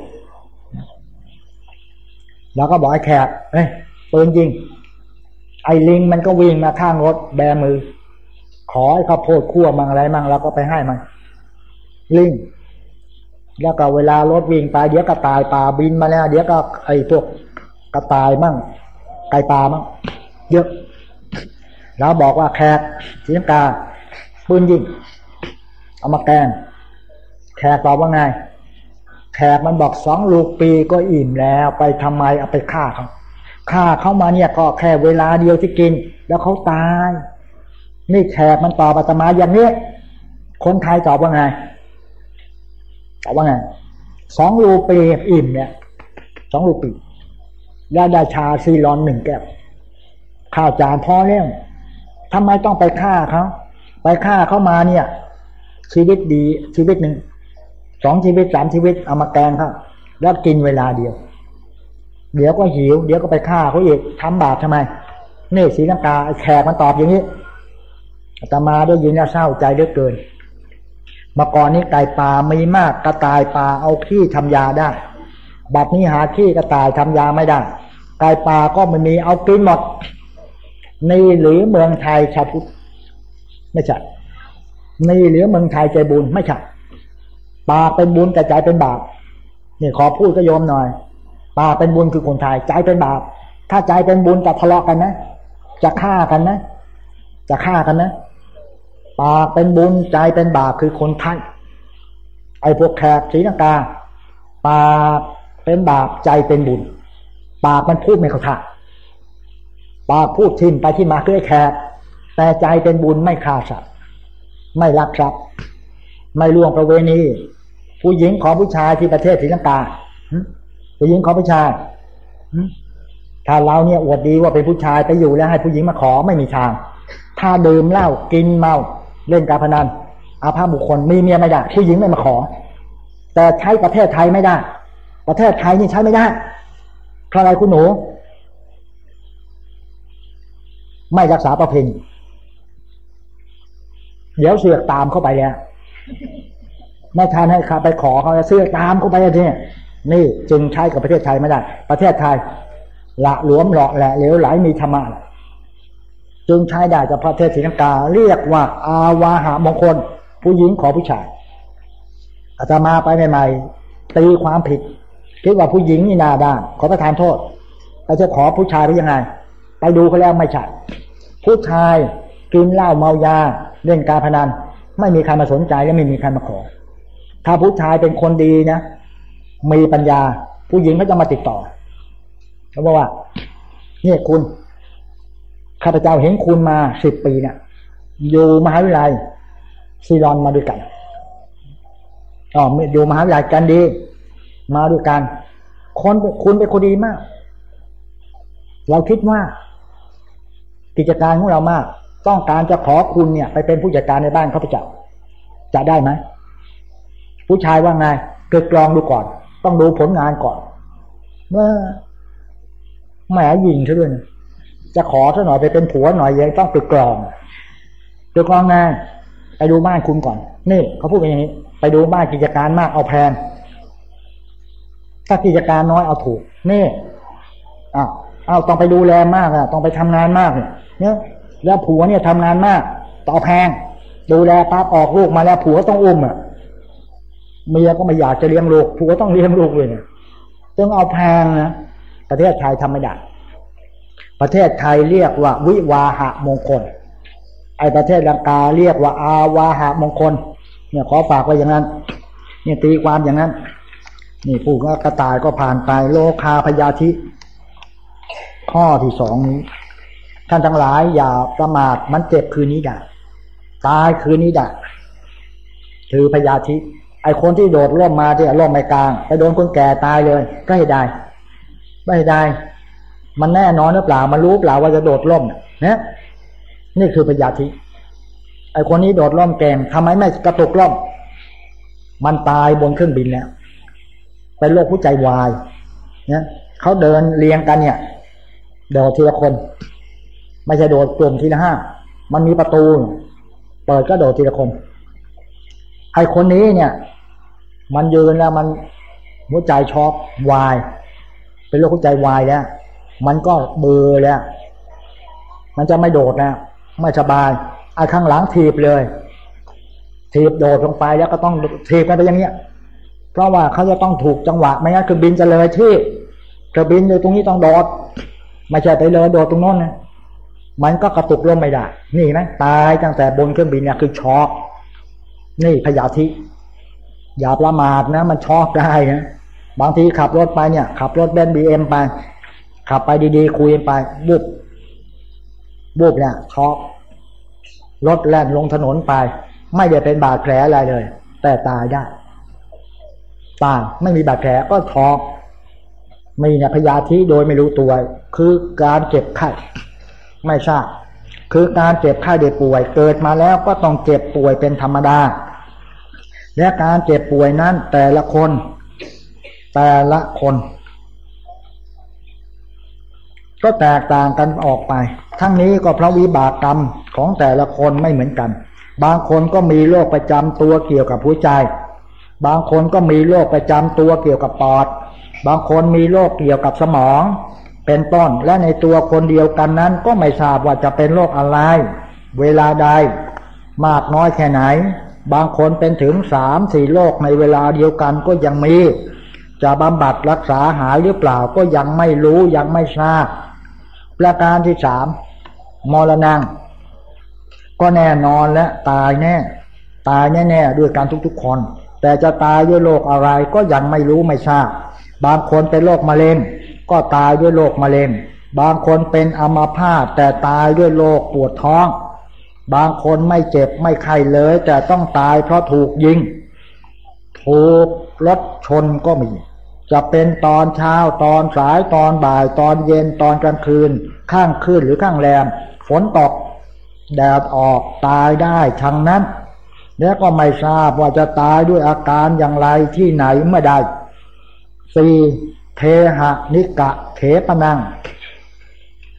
แล้วก็บอกไอ้แขกเอ้ยปืนยิงไอ้ลิงมันก็วิ่งมาข้างรถแบมือขอให้ข้าวโพดคั่วมั่งอะไรมั่งเราก็ไปให้มันลิงแล้วก็เวลารถวิ่งไปเดี๋ยวกระต่ายป่าบินมาแล้วเดี๋ยวก็ไอ้พวกกระต่ายมั่งไก่ป่ามั่งเยอะแล้วบอกว่าแขกศรีลังกาปืนยิงเอามาแกงแขกตอบว่าไงแขกมันบอกสองลูกปีก็อิ่มแล้วไปทำไมเอาไปฆ่าเขาฆ่าเขามาเนี่ยก็แค่เวลาเดียวที่กินแล้วเขาตายนี่แขกมันตอบอาตมาอย่างนี้คนไทยตอบว่าไงตอบว่าไงสองลูกปีอิ่มเนี่ยสองลูกปีแล้วได้ชาซีรอนหนึ่งแก้วข้าวจานพอแล้วทำไมต้องไปฆ่าเขาไปฆ่าเขามาเนี่ยชีวิตดีชีวิตหนึ่งสองชีวิตสามชีวิตเอามาแกงเขาแล้วกินเวลาเดียวเดี๋ยวก็หิวเดี๋ยวก็ไปฆ่าเขาอีกทำบาปทำไมนี่ศรีลังกาแขกมันตอบอย่างนี้อาตมาได้ยินแล้วเศร้าใจเหลือเกินเมื่อก่อนนี้ไก่ป่ามีมากกระต่ายป่าเอาขี้ทำยาได้บัดนี้หาขี้กระต่ายทำยาไม่ได้ไก่ป่าก็ไม่มีเอากินหมดนี่หรือเมืองไทยชาวพุทธไม่ใช่นี่หรือเมืองไทยใจบุญไม่ใช่ปากเป็นบุญแต่ใจเป็นบาปนี่ขอพูดก็โยมหน่อยปากเป็นบุญคือคนไทยใจเป็นบาปถ้าใจเป็นบุญจะทะเลาะกันนะจะฆ่ากันนะจะฆ่ากันนะปากเป็นบุญใจเป็นบาปคือคนไทยไอ้พวกแขกศรีลังกาปากเป็นบาปใจเป็นบุญปากมันพูดไม่เข้าท่าปากพูดทิ่มไปที่มาคือไอ้แขกแต่ใจเป็นบุญไม่ฆ่าสัตว์ไม่ลักทรัพย์ไม่ล่วงประเวณีผู้หญิงขอผู้ชายที่ประเทศศรีลังกาผู้หญิงขอผู้ชายถ้าเราเนี่ยอวดดีว่าเป็นผู้ชายไปอยู่แล้วให้ผู้หญิงมาขอไม่มีทางถ้าดื่มเหล้ากินเมาเล่นการพนันอาภาพบุคคลมีเมียไม่ได้ผู้หญิงไม่มาขอแต่ใช้ประเทศไทยไม่ได้ประเทศไทยนี่ใช้ไม่ได้เพราะอะไรคุณหนูไม่รักษาประเพณีเดี๋ยวเสือกตามเข้าไปแล้วไม่ทันให้ข้าไปขอเขาเสือกตามเข้าไปทีนี้นี่จึงใช้กับประเทศไทยไม่ได้ประเทศไทยละหลวมหล่อแหละเหลวไหลมีธรรมะจึงใช้ได้กับประเทศศรีลังกาเรียกว่าอาวาหามงคลผู้หญิงขอผู้ชายอาตมาไปใหม่ๆตีความผิดคิดว่าผู้หญิงนี่นาด้านขอประทานโทษเราจะขอผู้ชายไปยังไงไปดูเขาแล้วไม่ใช่ผู้ชายกินเหล้าเมายาเล่นการพนันไม่มีใครมาสนใจและไม่มีใครมาขอถ้าผู้ชายเป็นคนดีนะมีปัญญาผู้หญิงเขาจะมาติดต่อเขาบอกว่าเนี่ยคุณข้าพเจ้าเห็นคุณมาสิบปีเนี่ยอยู่มหาวิทยาลัยซีรอนมาด้วยกันอ๋ออยู่มหาวิทยาลัยกันดีมาด้วยกันคนคุณเป็นคนดีมากเราคิดว่ากิจการของเรามากต้องการจะขอคุณเนี่ยไปเป็นผู้จัดการในบ้านข้าพเจ้าจะได้ไหมผู้ชายว่าไงเกิดกรองดูก่อนต้องดูผลงานก่อนเมื่อแหมยิงซะด้วยนะจะขอซะหน่อยไปเป็นผัวหน่อยยังต้องตึกกรองตึกกรองไงไปดูบ้านคุณก่อนนี่เขาพูดอย่างนี้ไปดูบ้านกิจการมากเอาแพงถ้ากิจการน้อยเอาถูกนี่อ้าวอ้าวต้องไปดูแลมากอ่ะต้องไปทำงานมากเนี่ยแล้วผัวเนี่ยทำงานมากต่อแพงดูแลปั๊บออกลูกมาแล้วผัวต้องอุ้มอ่ะเมียก็ไม่อยากจะเลี้ยงลูกผัวต้องเลี้ยงลูกเลยเนี่ยต้องเอาแพงนะประเทศไทยทำไม่ได้ประเทศไทยเรียกว่าวิวาหะมงคลไอประเทศลังกาเรียกว่าอาวาหะมงคลเนี่ยขอฝากไว้อย่างนั้นเนี่ยตีความอย่างนั้นนี่พูดว่ากระต่ายก็ผ่านไปโลคาพยาธิข้อที่สองนี้ท่านทั้งหลายอย่าประมาทมันเจ็บคืนนี้ได้ตายคืนนี้ได้ถือพยาธิไอคนที่โดดร่มมาที่ร่มไม่กลางไปโดนคนแก่ตายเลยก็ให้ได้ไม่ได้มันแน่นอนหรือเปล่ามันรู้เปล่าว่าจะโดดร่มเนี่ยนี่คือพยาธิไอคนนี้โดดร่มแกงทำไมไม่กระตุกร่มมันตายบนเครื่องบินแล้วเป็นโรคหัวใจวายเนี่ยเขาเดินเรียงกันเนี่ยโดดทีละคนไม่ใช่โดดกลุ่มทีละห้ามันมีประตูเปิดก็โดดทีละคนไอคนนี้เนี่ยมันยืนแล้วมันหัวใจช็อกวายเป็นโรคหัวใจวายแล้วมันก็เบื่อแล้วมันจะไม่โดดแล้วไม่สบายไอ้ข้างหลังถีบเลยถีบโดดลงไปแล้วก็ต้องถีบกันไปอย่างเนี้ยเพราะว่าเขาจะต้องถูกจังหวะไม่งั้นเครื่องบินจะเลยที่เครื่องบินอยู่ตรงนี้ต้องโดดไม่ใช่ไปเลยโดดตรงโน้นนะมันก็กระตุกลงไม่ได้นี่นะตายตั้งแต่บนเครื่องบินเนี่ยคือช็อกนี่พยาธิอย่าประมาทนะมันช็อกได้นะบางทีขับรถไปเนี่ยขับรถเบนซ์บีเอ็มไปขับไปดีๆคุยไปบุบบุบเนี่ยช็อกรถแล่นลงถนนไปไม่ได้เป็นบาดแผลอะไรเลยแต่ตายได้ตายไม่มีบาดแผลก็ช็อกมีเนี่ยพยาธิโดยไม่รู้ตัวคือการเจ็บไข้ไม่ทราบคือการเจ็บไข้ได้ป่วยเกิดมาแล้วก็ต้องเจ็บป่วยเป็นธรรมดาและการเจ็บป่วยนั้นแต่ละคนแต่ละคนก็แตกต่างกันออกไปทั้งนี้ก็เพราะวิบากกรรมของแต่ละคนไม่เหมือนกันบางคนก็มีโรคประจำตัวเกี่ยวกับหัวใจบางคนก็มีโรคประจำตัวเกี่ยวกับปอดบางคนมีโรคเกี่ยวกับสมองเป็นต้นและในตัวคนเดียวกันนั้นก็ไม่ทราบว่าจะเป็นโรคอะไรเวลาใดมากน้อยแค่ไหนบางคนเป็นถึงสามสี่โรคในเวลาเดียวกันก็ยังมีจะบำบัดรักษาหายหรือเปล่าก็ยังไม่รู้ยังไม่ทราบประการที่สามมรณะก็แน่นอนและตายแน่ตายแน่ๆด้วยกันทุกๆคนแต่จะตายด้วยโรคอะไรก็ยังไม่รู้ไม่ทราบบางคนเป็นโรคมะเร็งก็ตายด้วยโรคมะเร็งบางคนเป็นอัมพาตแต่ตายด้วยโรคปวดท้องบางคนไม่เจ็บไม่ไข้เลยแต่ต้องตายเพราะถูกยิงถูกรถชนก็มีจะเป็นตอนเช้าตอนสายตอนบ่ายตอนเย็นตอนกลางคืนข้างคืนหรือข้างแรมฝนตกแดดออกตายได้ทั้งนั้นแล้วก็ไม่ทราบว่าจะตายด้วยอาการอย่างไรที่ไหนเมื่อใดสี่เทหะนิกะเขปนัง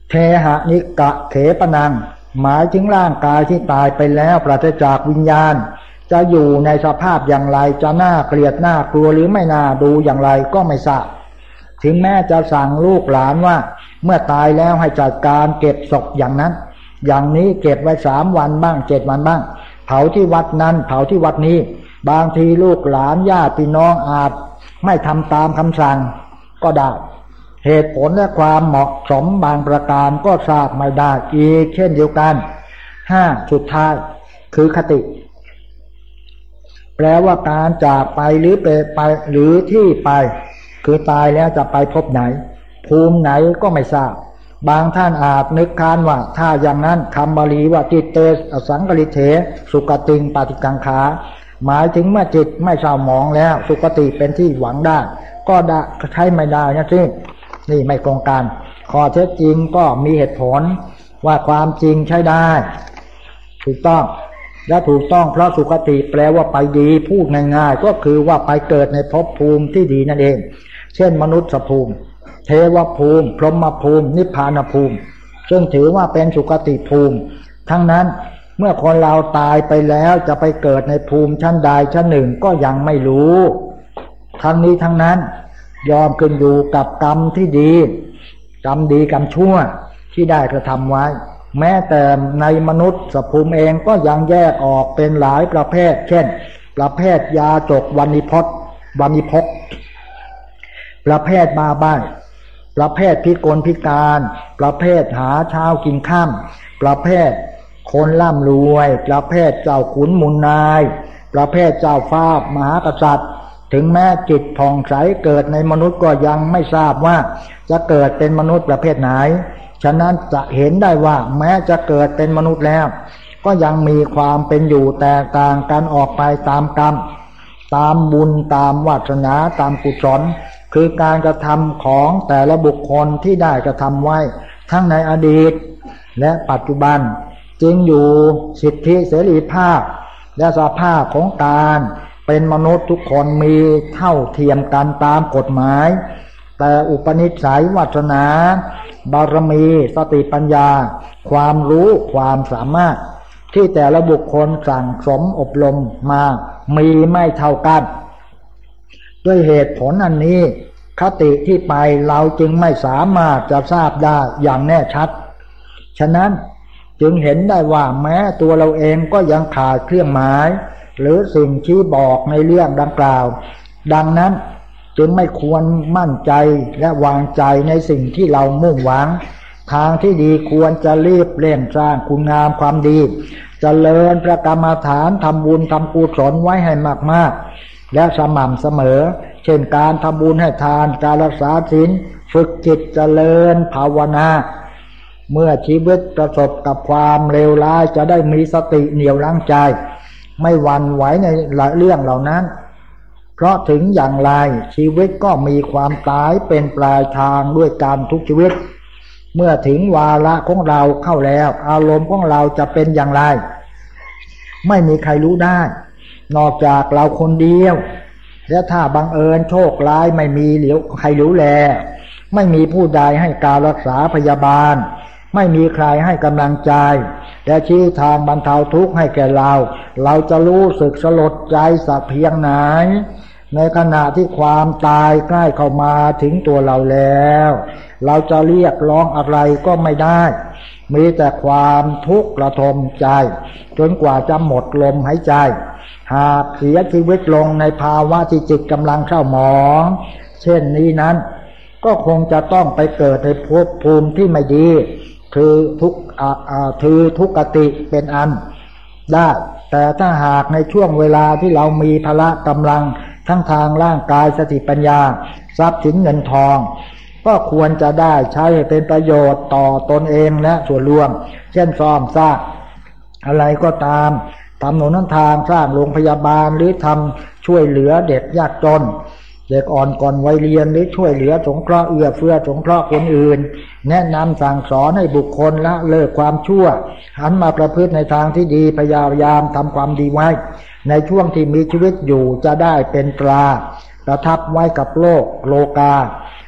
เทหะนิกะเขปนังหมายถึงร่างกายที่ตายไปแล้วปราศจากวิญญาณจะอยู่ในสภาพอย่างไรจะน่าเกลียดน่ากลัวหรือไม่น่าดูอย่างไรก็ไม่ทราบถึงแม้จะสั่งลูกหลานว่าเมื่อตายแล้วให้จัดการเก็บศพอย่างนั้นอย่างนี้เก็บไว้สามวันบ้างเจ็ดวันบ้างเผาที่วัดนั้นเผาที่วัดนี้บางทีลูกหลานญาติพี่น้องอาจไม่ทำตามคำสั่งก็ได้เหตุผลและความเหมาะสมบางประการก็ทราบไม่ได้อีกเช่นเดียวกันห้าสุดท้ายคือคติแปลว่าการจากไปหรือไปไปหรือที่ไปคือตายแล้วจะไปพบไหนภูมิไหนก็ไม่ทราบบางท่านอาจนึกค้านว่าถ้าอย่างนั้นคำบาลีว่าจิตเตอสังกฤเถสุกติงปฏิกังขาหมายถึงเมื่อจิตไม่เศร้าหมองแล้วสุคติเป็นที่หวังได้ก็ได้ใช้ไม่ได้นะสินี่ไม่ตรงกันข้อเท็จจริงก็มีเหตุผลว่าความจริงใช้ได้ถูกต้องและถูกต้องเพราะสุคติแปลว่าไปดีพูดง่ายๆก็คือว่าไปเกิดในภพภูมิที่ดีนั่นเองเช่นมนุษย์ภูมิเทวภูมิพรหมภูมินิพพานภูมิซึ่งถือว่าเป็นสุคติภูมิทั้งนั้นเมื่อคนเราตายไปแล้วจะไปเกิดในภูมิชั้นใดชั้นหนึ่งก็ยังไม่รู้ทั้งนี้ทั้งนั้นยอมขึ้นอยู่กับกรรมที่ดีกรรมดีกรรมชั่วที่ได้กระทำไว้แม้แต่ในมนุษย์ภูมิเองก็ยังแยกออกเป็นหลายประเภทเช่นประเภทยาจกวันิพจน์วันิพกประเภทมาบ้านประเภทพิกลพิการประเภทหาเช้ากินค่ำประเภทคนร่ำรวยประเภทเจ้าขุนมูลนายประเภทเจ้าฟ้ามหากษัตริย์ถึงแม้จิตผ่องใสเกิดในมนุษย์ก็ยังไม่ทราบว่าจะเกิดเป็นมนุษย์ประเภทไหนฉะนั้นจะเห็นได้ว่าแม้จะเกิดเป็นมนุษย์แล้วก็ยังมีความเป็นอยู่แตกต่างกันออกไปตามกรรมตามบุญตามวาสนาตามกุศลคือการกระทำของแต่ละบุคคลที่ได้กระทำไว้ทั้งในอดีตและปัจจุบันจึงอยู่สิทธิเสรีภาพและสภาพของการเป็นมนุษย์ทุกคนมีเท่าเทียมกันตามกฎหมายแต่อุปนิสัยวาสนาบารมีสติปัญญาความรู้ความสามารถที่แต่ละบุคคลสั่งสมอบรมมามีไม่เท่ากันด้วยเหตุผลอันนี้คติที่ไปเราจึงไม่สามารถจะทราบได้อย่างแน่ชัดฉะนั้นจึงเห็นได้ว่าแม้ตัวเราเองก็ยังขาดเครื่องหมายหรือสิ่งชี้บอกในเรื่องดังกล่าวดังนั้นจึงไม่ควรมั่นใจและวางใจในสิ่งที่เรามุ่งหวังทางที่ดีควรจะรีบเร่งสร้างคุณงามความดีเจริญพระกรรมฐานทำบุญทำกุศลไว้ให้มากๆและสม่ำเสมอเช่นการทำบุญให้ทานการรักษาศีลฝึกจิตเจริญภาวนาเมื่อชีวิตประสบกับความเลวร้ายจะได้มีสติเหนี่ยวรั้งใจไม่หวั่นไหวในเรื่องเหล่านั้นเพราะถึงอย่างไรชีวิตก็มีความตายเป็นปลายทางด้วยการทุกชีวิตเมื่อถึงวาระของเราเข้าแล้วอารมณ์ของเราจะเป็นอย่างไรไม่มีใครรู้ได้นอกจากเราคนเดียวและถ้าบังเอิญโชคร้ายไม่มีเหลียวใครรู้แลไม่มีผู้ใดให้การรักษาพยาบาลไม่มีใครให้กำลังใจและชี้ทางบรรเทาทุกข์ให้แก่เราเราจะรู้สึกสลดใจสักเพียงไหนในขณะที่ความตายใกล้เข้ามาถึงตัวเราแล้วเราจะเรียกร้องอะไรก็ไม่ได้มีแต่ความทุกข์ระทมใจจนกว่าจะหมดลมหายใจหากเสียชีวิตลงในภาวะที่จิตกำลังเศร้าหมองเช่นนี้นั้นก็คงจะต้องไปเกิดในภพภูมิที่ไม่ดีคือทุกอ่าอ่าคือทุกขติเป็นอันได้แต่ถ้าหากในช่วงเวลาที่เรามีพละกำลังทั้งทางร่างกายสติปัญญาทรัพย์สินเงินทองก็ควรจะได้ใช้ให้เป็นประโยชน์ต่อตนเองและส่วนรวมเช่นซ่อมสร้างอะไรก็ตามทำถนนทางสร้างโรงพยาบาลหรือทำช่วยเหลือเด็กยากจนเด็กอ่อนก่อนวัยเรียนหรือช่วยเหลือสงเคราะห์เอื้อเฟื้อสงเคราะห์คนอื่นแนะนำสั่งสอนให้บุคคลละเลิกความชั่วหันมาประพฤติในทางที่ดีพยายามทำความดีไว้ในช่วงที่มีชีวิตอยู่จะได้เป็นตราประทับไว้กับโลกโลกา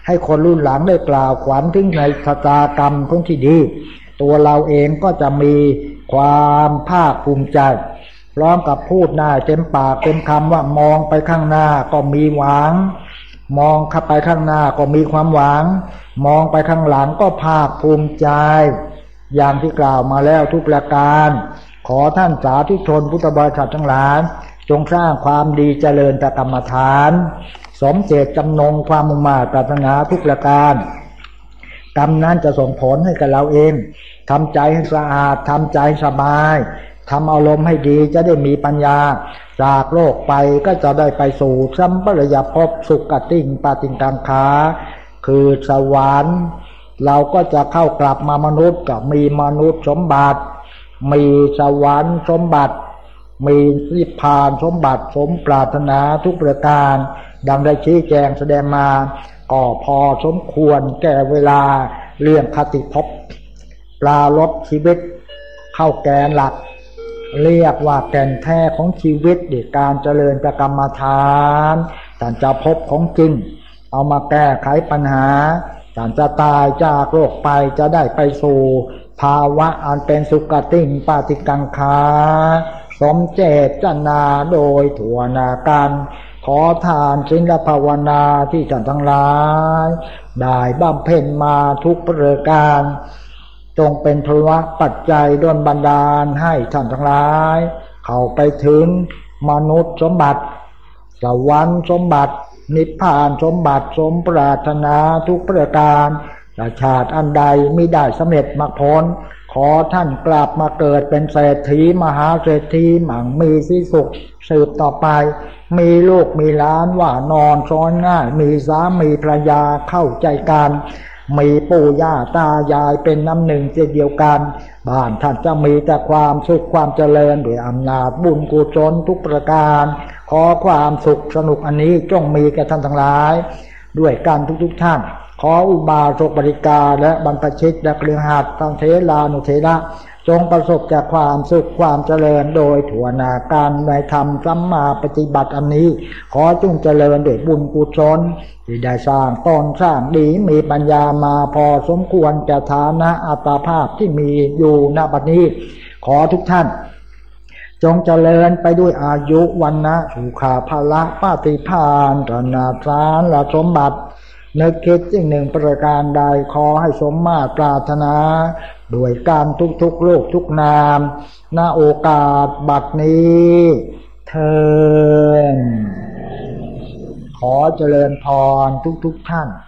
ให้คนรุ่นหลังได้กล่าวขวัญถึงในชะตากรรมของที่ดีตัวเราเองก็จะมีความภาคภูมิใจพร้อมกับพูดได้เต็มปากเต็มคำว่ามองไปข้างหน้าก็มีหวังมองเข้าไปข้างหน้าก็มีความหวังมองไปข้างหลังก็ภาคภูมิใจอย่างที่กล่าวมาแล้วทุกประการขอท่านสาธุชนพุทธบริษัททั้งหลายจงสร้างความดีเจริญแต่กรรมฐานสมเจตจำนงความมุ่งมั่นปรารถนาทุกประการกรรมนั้นจะส่งผลให้กับเราเองทำใจให้สะอาดทำใจสบายทำอารมณ์ให้ดีจะได้มีปัญญาจากโลกไปก็จะได้ไปสู่สัมปรายภพสุขติงปาติงกังขาคือสวรรค์เราก็จะเข้ากลับมามนุษย์กับมีมนุษย์สมบัติมีสวรรค์สมบัติมีนิพพานสมบัติสมปรารถนาทุกประการดังได้ชี้แจงแสดงมาก็พอสมควรแก่เวลาเรื่องคติภพปลาลบชีวิตเข้าแกนหลักเรียกว่าแก่นแท้ของชีวิตในการเจริญกรรมฐานท่านจะพบของจริงเอามาแก้ไขปัญหาท่านจะตายจากโลกไปจะได้ไปสู่ภาวะอันเป็นสุขติงปาติกังขาสมเจตนาโดยถั่วนากันขอทานศีลภาวนาที่ท่านทั้งหลายได้บำเพ็ญมาทุกประการจงเป็นพละปัจจัยดลบันดาลให้ท่านทั้งหลายเข้าไปถึงมนุษย์สมบัติสวรรค์สมบัตินิพพานสมบัติสมปรารถนาทุกประการชาติอันใดไม่ได้สำเร็จมรรคผลขอท่านกลับมาเกิดเป็นเศรษฐีมหาเศรษฐีมั่งมีสีสุขสืบต่อไปมีลูกมีหลานว่านอนช้อนง่ายมีสามีภรรยาเข้าใจกันมีปู่ย่าตายายเป็นน้ำหนึ่งเช่นเดียวกันบ้านท่านจะมีแต่ความสุขความเจริญด้วยอำนาจบุญกุศลทุกประการขอความสุขสนุกอันนี้จงมีแก่ท่านทั้งหลายด้วยกันทุกๆท่านขออุบาสกบริกรและบรรพชิตและเครือขัดทั้งเทลานุเทระจงประสบจากความสุขความเจริญโดยถั่วนาการในธรรมสัมมาปฏิบัติอันนี้ขอจงเจริญด้วยบุญกุศลที่ได้สร้างตนสร้างดีมีปัญญามาพอสมควรแก่ฐานะอัตภาพที่มีอยู่ณบัดนี้ขอทุกท่านจงเจริญไปด้วยอายุวันนะสุขาภละปฏิภาณธนาทานและสมบัตินึกคิดสิ่งหนึ่งประการใดขอให้สมมาตรปรารถนาด้วยการทุกๆโลกทุกนามณโอกาสบัดนี้เทินขอเจริญพรทุกๆท่าน